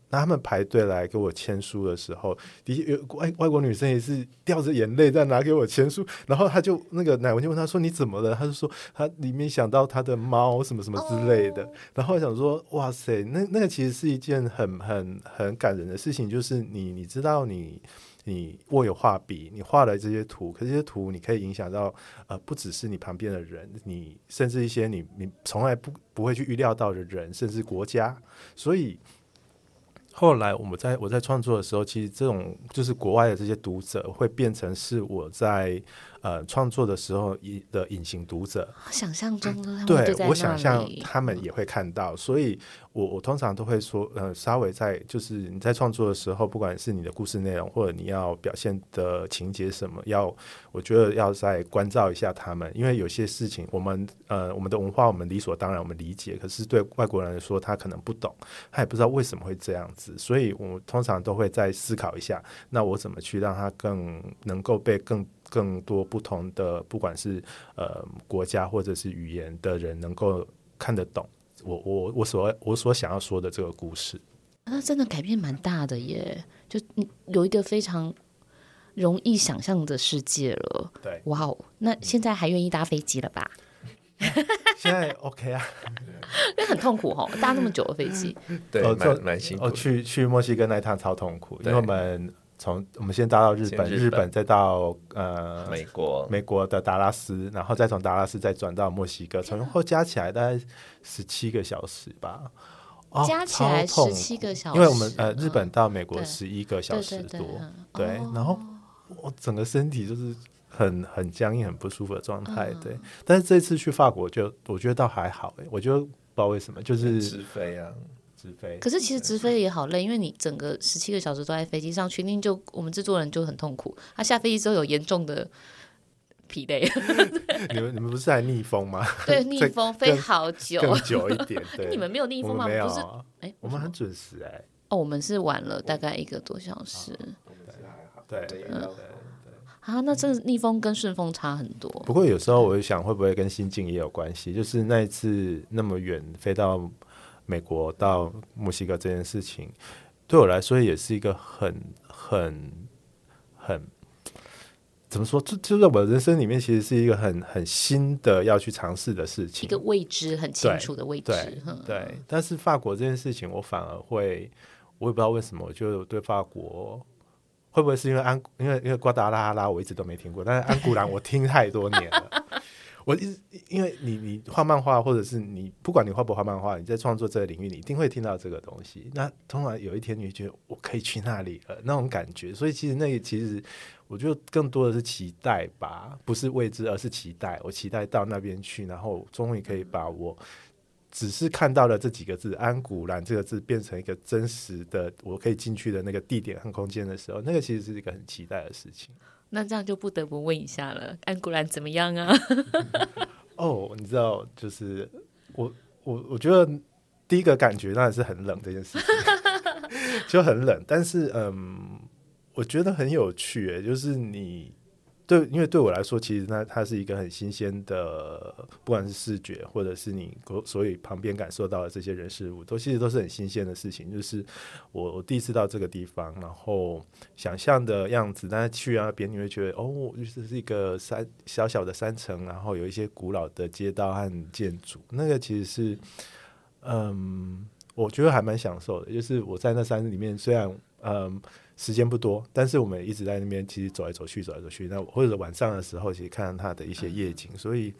那他们排队来给我签书的时候，的确有外外国女生也是掉着眼泪在拿给我签书，然后他就那个乃文就问他说你怎么了，他就说他里面想到他的猫什么什么之类的， oh. 然后我想说哇塞，那那个其实是一件很很很感人的事情，就是你你知道你你握有画笔，你画了这些图，可是这些图你可以影响到呃，不只是你旁边的人，你甚至一些你你从来不不会去预料到的人，甚至国家。所以后来我们在我在创作的时候，其实这种就是国外的这些读者会变成是我在呃创作的时候的隐形读者， 想象中的他们对就在那里， 我想象他们也会看到，所以我我通常都会说，呃，稍微在就是你在创作的时候，不管是你的故事内容或者你要表现的情节什么，要我觉得要再关照一下他们，因为有些事情我们呃我们的文化我们理所当然我们理解，可是对外国人来说他可能不懂，他也不知道为什么会这样子，所以我通常都会再思考一下，那我怎么去让他更能够被更更多不同的不管是呃国家或者是语言的人能够看得懂我我我所我所想要说的这个故事。 那真的改变蛮大的耶，就你有一个非常容易想象的世界了。 对， 哇哦，那现在还愿意搭飞机了吧？ 现在 OK 啊， 因为很痛苦哦，搭那么久的飞机。 对， 哦蛮蛮辛苦的。 哦，去去墨西哥那一趟超痛苦，因为我们从我们先搭到日本， 日本日本再到呃美国， 美国的达拉斯，然后再从达拉斯再转到墨西哥，从后加起来大概十七个小时吧。哦、 加起来十七个小时， 因为我们呃日本到美国十一个小时多，对， 对对对然后我整个身体就是很很僵硬、很不舒服的状态，对。但是这次去法国就我觉得倒还好，哎，我觉得不知道为什么，就是直飞啊。 直飞， 可是其实直飞也好累，因为你整个十七个小时都在飞机上，群英就我们制作人就很痛苦，他下飞机之后有严重的疲累。 你们你们不是还逆风吗？ 对，逆风飞好久， 更久一点。对， 你们没有逆风吗？ 我们没有、 不是， 哎，我们很准时哎、欸。 哦，我们是晚了大概一个多小时。 对对对。 啊，那这逆风跟顺风差很多。 不过有时候我就想，会不会跟心境也有关系？就是那一次那么远飞到美国到墨西哥这件事情，对我来说也是一个很很很怎么说？就就在我的人生里面，其实是一个很很新的要去尝试的事情， 一个未知很清楚的未知。 对 对, 对，但是法国这件事情，我反而会，我也不知道为什么，我就对法国。会不会是因为安因为因为瓜达拉哈拉我一直都没听过，但是安古兰我听太多年了。我一直因为你你画漫画，或者是你不管你画不画漫画，你在创作这个领域，你一定会听到这个东西。那通常有一天你就觉得我可以去那里了那种感觉，所以其实那个其实我觉得更多的是期待吧，不是未知，而是期待。我期待到那边去，然后终于可以把我。只是看到了这几个字安古兰这个字变成一个真实的我可以进去的那个地点和空间的时候，那个其实是一个很期待的事情。 那这样就不得不问一下了，安古兰怎么样啊？ 哦，你知道就是我我我觉得第一个感觉当然是很冷这件事情就很冷，但是嗯我觉得很有趣耶，就是你对，因为对我来说，其实那它是一个很新鲜的，不管是视觉，或者是你所以旁边感受到的这些人事物，都其实都是很新鲜的事情。就是我我第一次到这个地方，然后想象的样子，但是去那边你会觉得，哦，这是一个山小小的山城，然后有一些古老的街道和建筑，那个其实是，嗯，我觉得还蛮享受的。就是我在那山里面，虽然嗯。时间不多，但是我们一直在那边其实走来走去走来走去，那或者晚上的时候其实看到它的一些夜景，所以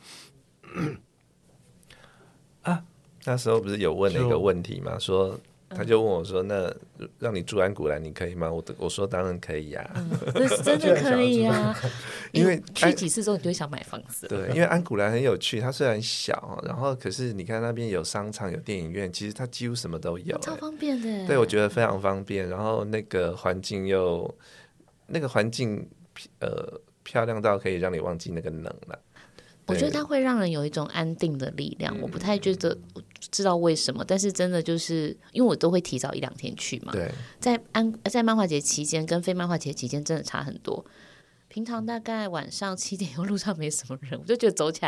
啊那时候不是有问了一个问题吗？说他就问我说那让你住安古兰你可以吗？ 我, 我说当然可以啊、 嗯、真的可以啊因为去几次之后你就会想买房子。 对，因为安古兰很有趣，它虽然小，然后可是你看那边有商场有电影院，其实它几乎什么都有， 超方便的。 对，我觉得非常方便，然后那个环境又那个环境呃漂亮到可以让你忘记那个冷了。 我觉得它会让人有一种安定的力量、嗯、我不太觉得知道为什么，但是真的就是因为我都会提早一两天去嘛。 对， 在安在漫画节期间跟非漫画节期间真的差很多。平常大概晚上七点，路上没什么人，我就觉得走起来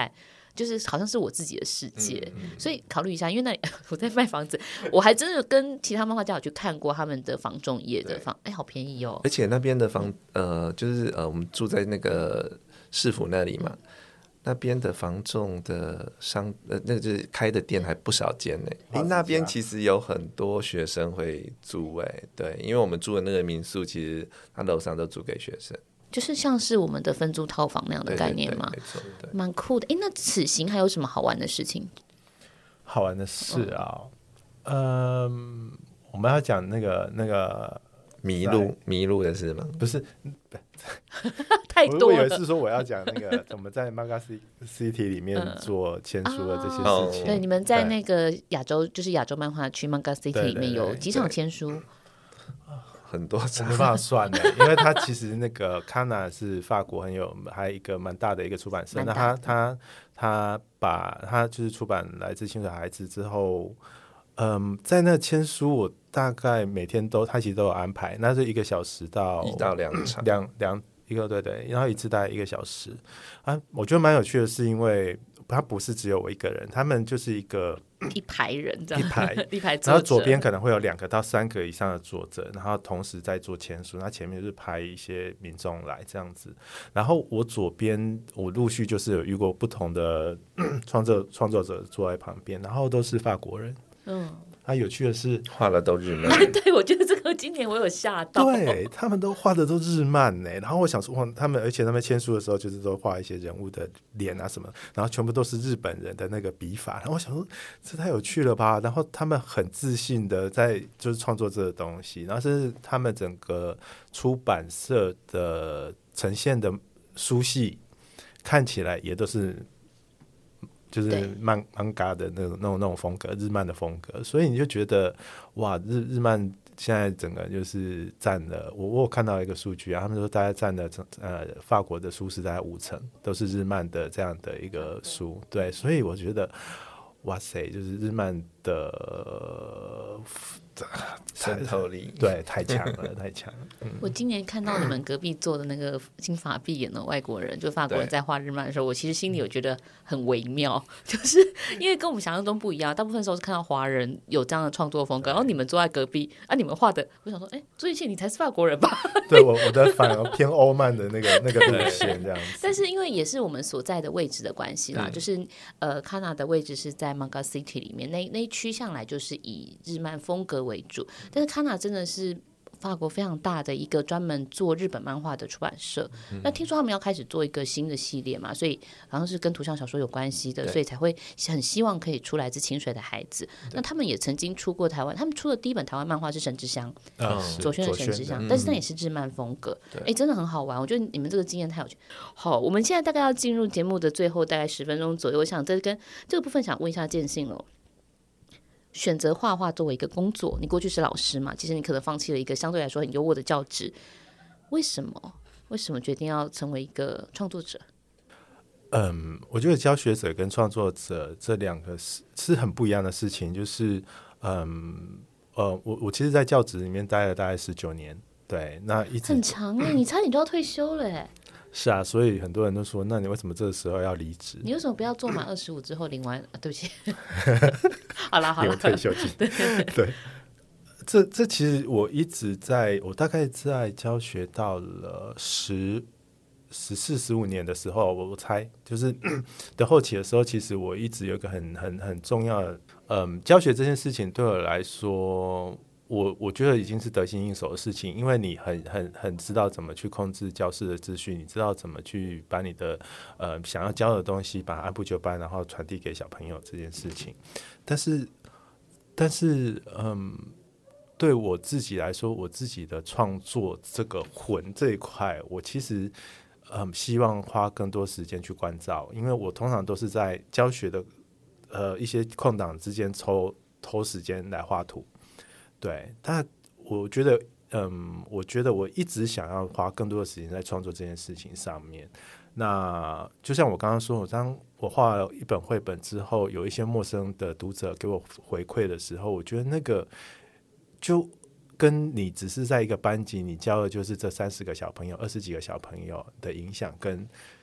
就是好像是我自己的世界， 嗯嗯、 所以考虑一下，因为那里我在卖房子，我还真的跟其他漫画家有去看过他们的房仲业的房，哎，好便宜哦！ 而且那边的房，呃，就是呃，我们住在那个市府那里嘛。嗯，那边的房仲的商呃，那个就是开的店还不少间呢。哎，那边其实有很多学生会租哎，对，因为我们住的那个民宿，其实它楼上都租给学生， 就是像是我们的分租套房那样的概念嘛， 没错，对， 蛮酷的。哎，那此行还有什么好玩的事情？ 好玩的事啊，嗯，嗯我们要讲那个那个迷路迷路的事吗？ 不是。 太多了， 我以为是说我要讲那个我们在 Manga City 里面做签书的这些事情。 对，你们在那个亚洲，就是亚洲漫画区 Manga City 里面有几场签书， 很多场， 我没办法算的，因为他其实那个 Kana 是法国很有，还有一个蛮大的一个出版社，那他他他把他就是出版来自清水孩子之后。嗯，在那签书，我大概每天都，他其实都有安排，那是一个小时到一到两场， 两两一个对对，然后一次大概一个小时啊。我觉得蛮有趣的是，因为他不是只有我一个人，他们就是一个一排人这样， 一排一排作者， 然后左边可能会有两个到三个以上的作者，然后同时在做签书，那前面就是派一些民众来这样子。然后我左边我陆续就是有遇过不同的创作创作者坐在旁边，然后都是法国人。嗯，他、啊、有趣的是画的都日漫对，我觉得这个今年我有吓到， 对他们都画的都日漫呢。然后我想说，哇，他们而且他们签书的时候就是都画一些人物的脸啊什么，然后全部都是日本人的那个笔法。然后我想说，这太有趣了吧？然后他们很自信的在就是创作这个东西，然后是他们整个出版社的呈现的书系看起来也都是。就是漫漫画的那种那种那种风格，日漫的风格，所以你就觉得哇，日日漫现在整个就是占了，我我有看到一个数据啊，他们说大概占了呃法国的书是大概五成都是日漫的这样的一个书，对，所以我觉得哇塞，就是日漫的渗透力， 对，太强了，太强了。嗯、 我今年看到你们隔壁做的那个金发碧眼的外国人，就法国人在画日漫的时候，我其实心里有觉得很微妙，就是因为跟我们想象中不一样。大部分时候是看到华人有这样的创作风格，然后你们坐在隔壁啊，你们画的，我想说，哎，朱一庆你才是法国人吧？ 对，我我的反而偏欧漫的那个那个路线这样子。 但是因为也是我们所在的位置的关系啦，嗯、就是呃，卡纳的位置是在 Manga City 里面，那那一区向来就是以日漫风格为主，但是卡纳真的是法国非常大的一个专门做日本漫画的出版社、嗯、那听说他们要开始做一个新的系列嘛，所以好像是跟图像小说有关系的，所以才会很希望可以出来自清水的孩子。那他们也曾经出过台湾，他们出的第一本台湾漫画是神之乡、嗯、左轩的神之乡，但是那也是日漫风格，哎，真的很好玩，我觉得你们这个经验太有趣。好，我们现在大概要进入节目的最后大概十分钟左右，我想这跟这个部分想问一下建信了。选择画画作为一个工作，你过去是老师嘛，其实你可能放弃了一个相对来说很优渥的教职，为什么为什么决定要成为一个创作者？ 嗯，我觉得教学者跟创作者这两个是是很不一样的事情，就是嗯呃我我其实在教职里面待了大概十九年，对，那一直很长耶，你差点就要退休了耶。 是啊，所以很多人都说，那你为什么这个时候要离职？ 你为什么不要做满二十五之后领完？啊、对不起，好啦好啦， 有退休金。对对，这这其实我一直在，我大概在教学到了十十四十五年的时候，我我猜就是的后期的时候，其实我一直有一个很很很重要的，嗯，教学这件事情对我来说。我我觉得已经是得心应手的事情，因为你很很很知道怎么去控制教室的秩序，你知道怎么去把你的呃想要教的东西把它按部就班，然后传递给小朋友这件事情。但是但是嗯，对我自己来说，我自己的创作这个魂这一块，我其实嗯希望花更多时间去关照，因为我通常都是在教学的呃一些空档之间抽抽时间来画图。对，但我觉得，嗯，我觉得我一直想要花更多的时间在创作这件事情上面。那就像我刚刚说，我当我画了一本绘本之后，有一些陌生的读者给我回馈的时候，我觉得那个就跟你只是在一个班级，你教的就是这三十个小朋友、二十几个小朋友的影响，跟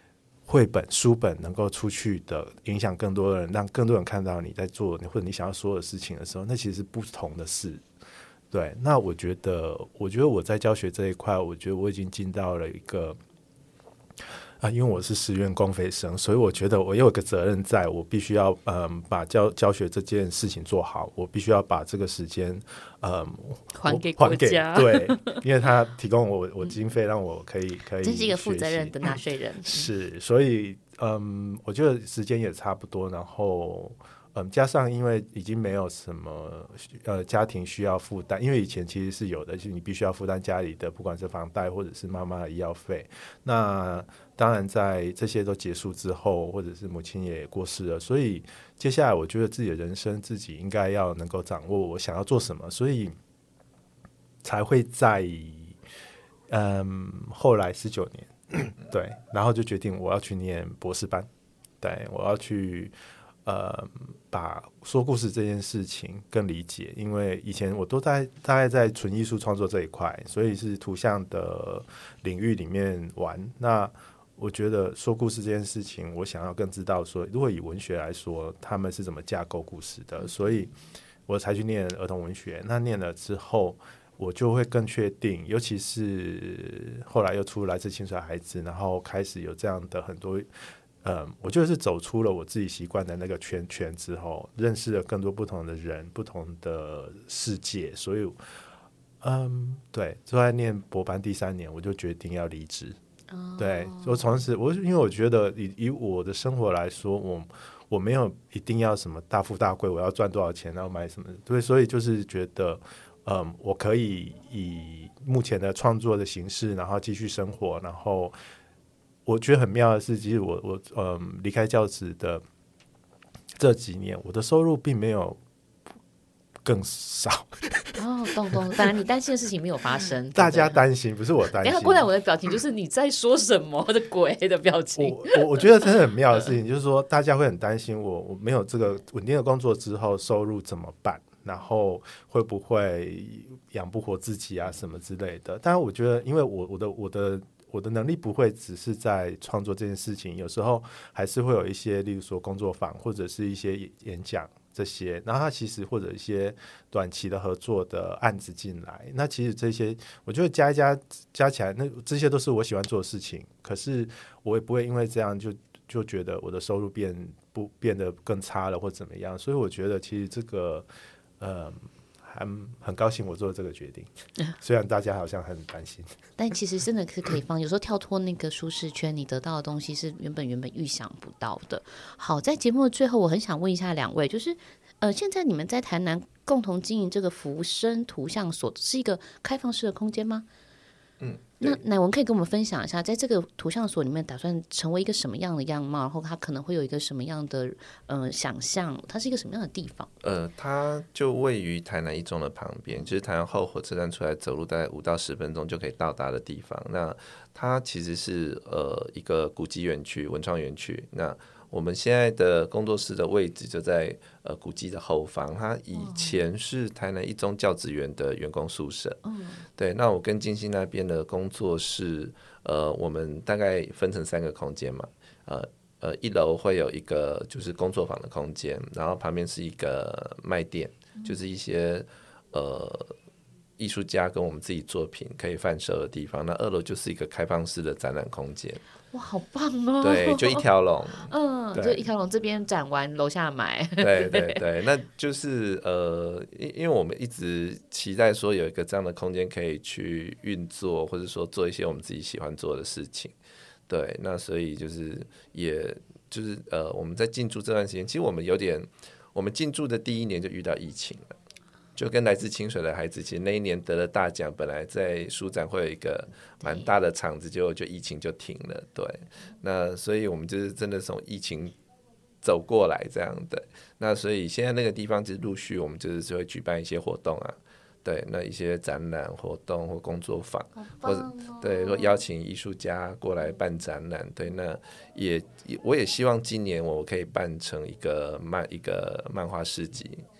绘本书本能够出去的，影响更多人，让更多人看到你在做或者你想要说的事情的时候，那其实是不同的事。对，那我觉得我觉得我在教学这一块，我觉得我已经进到了一个啊，因为我是实验公费生，所以我觉得我有一个责任在，我必须要嗯把教教学这件事情做好，我必须要把这个时间嗯还给国家， 对，因为他提供我我经费让我可以可以， 真是一个负责任的纳税人。 是，所以嗯，我觉得时间也差不多，然后。嗯，加上因为已经没有什么呃家庭需要负担，因为以前其实是有的，就是你必须要负担家里的不管是房贷或者是妈妈的医药费。那当然在这些都结束之后，或者是母亲也过世了，所以接下来我觉得自己的人生自己应该要能够掌握我想要做什么，所以才会在嗯后来十九年对，然后就决定我要去念博士班，对，我要去。呃，把说故事这件事情更理解，因为以前我都在大概在纯艺术创作这一块，所以是图像的领域里面玩。那我觉得说故事这件事情，我想要更知道说，如果以文学来说，他们是怎么架构故事的，所以我才去念儿童文学。那念了之后，我就会更确定，尤其是后来又出来自清水孩子，然后开始有这样的很多。嗯，我觉得是走出了我自己习惯的那个圈圈之后，认识了更多不同的人、不同的世界，所以，嗯，对，就在念博班第三年，我就决定要离职。哦、对，我从此我因为我觉得以以我的生活来说，我我没有一定要什么大富大贵，我要赚多少钱，然后买什么，对，所以就是觉得，嗯，我可以以目前的创作的形式，然后继续生活，然后。我觉得很妙的是，其实我我嗯离开教职的这几年，我的收入并没有更少。 哦，懂懂，反正你担心的事情没有发生。 大家担心，不是我担心。 等一下，过来我的表情就是你在说什么的鬼的表情。 我我我觉得真的很妙的事情，就是说大家会很担心我，我没有这个稳定的工作之后，收入怎么办？然后会不会养不活自己啊，什么之类的？当然，我觉得，因为我我的我的。我的能力不会只是在创作这件事情，有时候还是会有一些例如说工作坊或者是一些演讲这些，然后它其实或者一些短期的合作的案子进来，那其实这些我觉得加一加加起来，那这些都是我喜欢做的事情，可是我也不会因为这样就就觉得我的收入变不变得更差了或怎么样，所以我觉得其实这个呃很很高兴我做这个决定，虽然大家好像很担心， 但其实真的是可以放。有时候跳脱那个舒适圈，你得到的东西是原本原本预想不到的。好，在节目的最后，我很想问一下两位，就是呃，现在你们在台南共同经营这个浮生图像所，是一个开放式的空间吗？ 嗯， 那乃文可以跟我们分享一下，在这个图像所里面打算成为一个什么样的样貌，然后它可能会有一个什么样的呃想象，它是一个什么样的地方？ 呃，它就位于台南一中的旁边，就是台南后火车站出来走路大概五到十分钟就可以到达的地方。那它其实是呃一个古迹园区、文创园区。那我们现在的工作室的位置就在呃古迹的后方，它以前是台南一中教职员的员工宿舍。嗯、对，那我跟金星那边的工作室，呃，我们大概分成三个空间嘛，呃呃，一楼会有一个就是工作坊的空间，然后旁边是一个卖店，就是一些呃。艺术家跟我们自己作品可以贩售的地方，那二楼就是一个开放式的展览空间。 哇，好棒哦！ 对，就一条龙， 嗯，就一条龙，这边展完，楼下买。 对对对，那就是呃，因为我们一直期待说有一个这样的空间可以去运作，或者说做一些我们自己喜欢做的事情。对，那所以就是也就是呃，我们在进驻这段时间，其实我们有点，我们进驻的第一年就遇到疫情了。就跟来自清水的孩子，其实那一年得了大奖，本来在书展会有一个蛮大的场子，结果就疫情就停了。对，那所以我们就是真的从疫情走过来这样的。那所以现在那个地方就是陆续我们就是会举办一些活动啊，对，那一些展览活动或工作坊， 哦、 或者对，或邀请艺术家过来办展览。对，那也我也希望今年我可以办成一个漫一个漫画市集。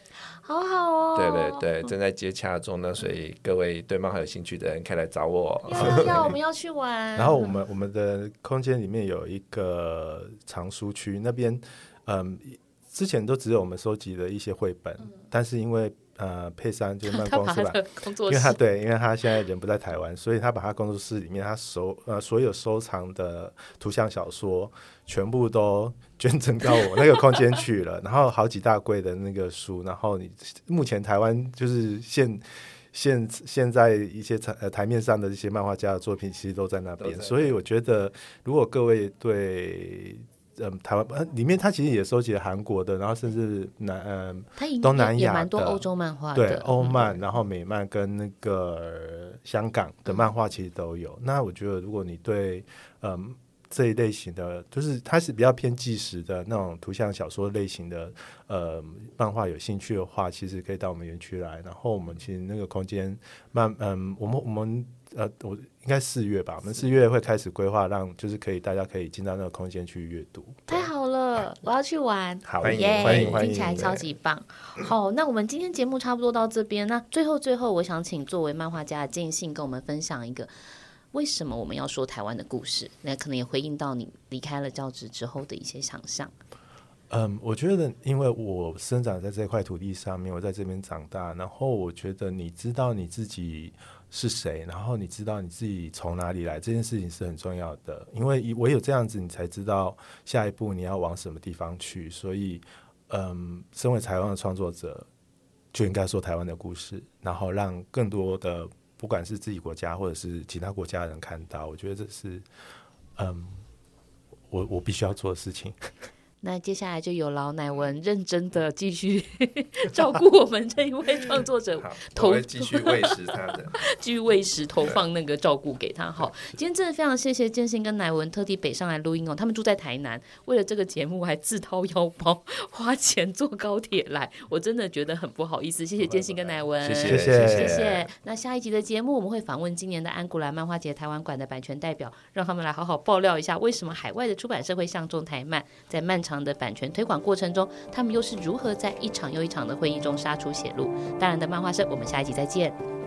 好好哦。 对对对，正在接洽中呢，所以各位对漫画有兴趣的人可以来找我。 要要，我们要去玩。 然后我们我们的空间里面有一个藏书区，那边嗯，之前都只有我们收集的一些绘本，嗯、但是因为呃佩珊就是漫公司吧，因为他对，因为他现在人不在台湾，所以他把他工作室里面他收呃所有收藏的图像小说全部都捐赠到我那个空间去了，然后好几大柜的那个书，然后你目前台湾就是现现现在一些台呃台面上的一些漫画家的作品其实都在那边，所以我觉得如果各位对嗯，台湾呃里面他其实也收集了韩国的，然后甚至南嗯、呃、东南亚的， 也蛮多欧洲漫画的， 对欧漫、嗯，然后美漫跟那个香港的漫画其实都有。嗯、那我觉得如果你对嗯这一类型的，就是它是比较偏纪实的那种图像小说类型的呃漫画有兴趣的话，其实可以到我们园区来。然后我们其实那个空间慢嗯，我们我们。呃，我应该四月吧，我们四月会开始规划，让就是可以大家可以进到那个空间去阅读。 太好了，我要去玩， 好， 欢迎欢迎欢迎，听起来超级棒。好，那我们今天节目差不多到这边，那最后最后，我想请作为漫画家的建信跟我们分享一个为什么我们要说台湾的故事，那可能也回应到你离开了教职之后的一些想象。 嗯，我觉得因为我生长在这块土地上面，我在这边长大，然后我觉得你知道你自己是谁，然后你知道你自己从哪里来，这件事情是很重要的，因为唯有这样子你才知道下一步你要往什么地方去。所以嗯，身为台湾的创作者就应该说台湾的故事，然后让更多的不管是自己国家或者是其他国家的人看到，我觉得这是嗯我我必须要做的事情。 那接下来就有劳乃文认真的继续照顾我们这一位创作者， 我会继续喂食他的， 继续喂食投放那个照顾给他。好，今天真的非常谢谢建信跟乃文特地北上来录音哦，他们住在台南，为了这个节目还自掏腰包花钱坐高铁来，我真的觉得很不好意思，谢谢建信跟乃文， 谢谢谢谢。那下一集的节目我们会访问今年的安古兰漫画节台湾馆的版权代表，让他们来好好爆料一下为什么海外的出版社会相中台漫，在漫长的版权推广过程中，他们又是如何在一场又一场的会议中杀出血路。当然的漫画社，我们下一集再见。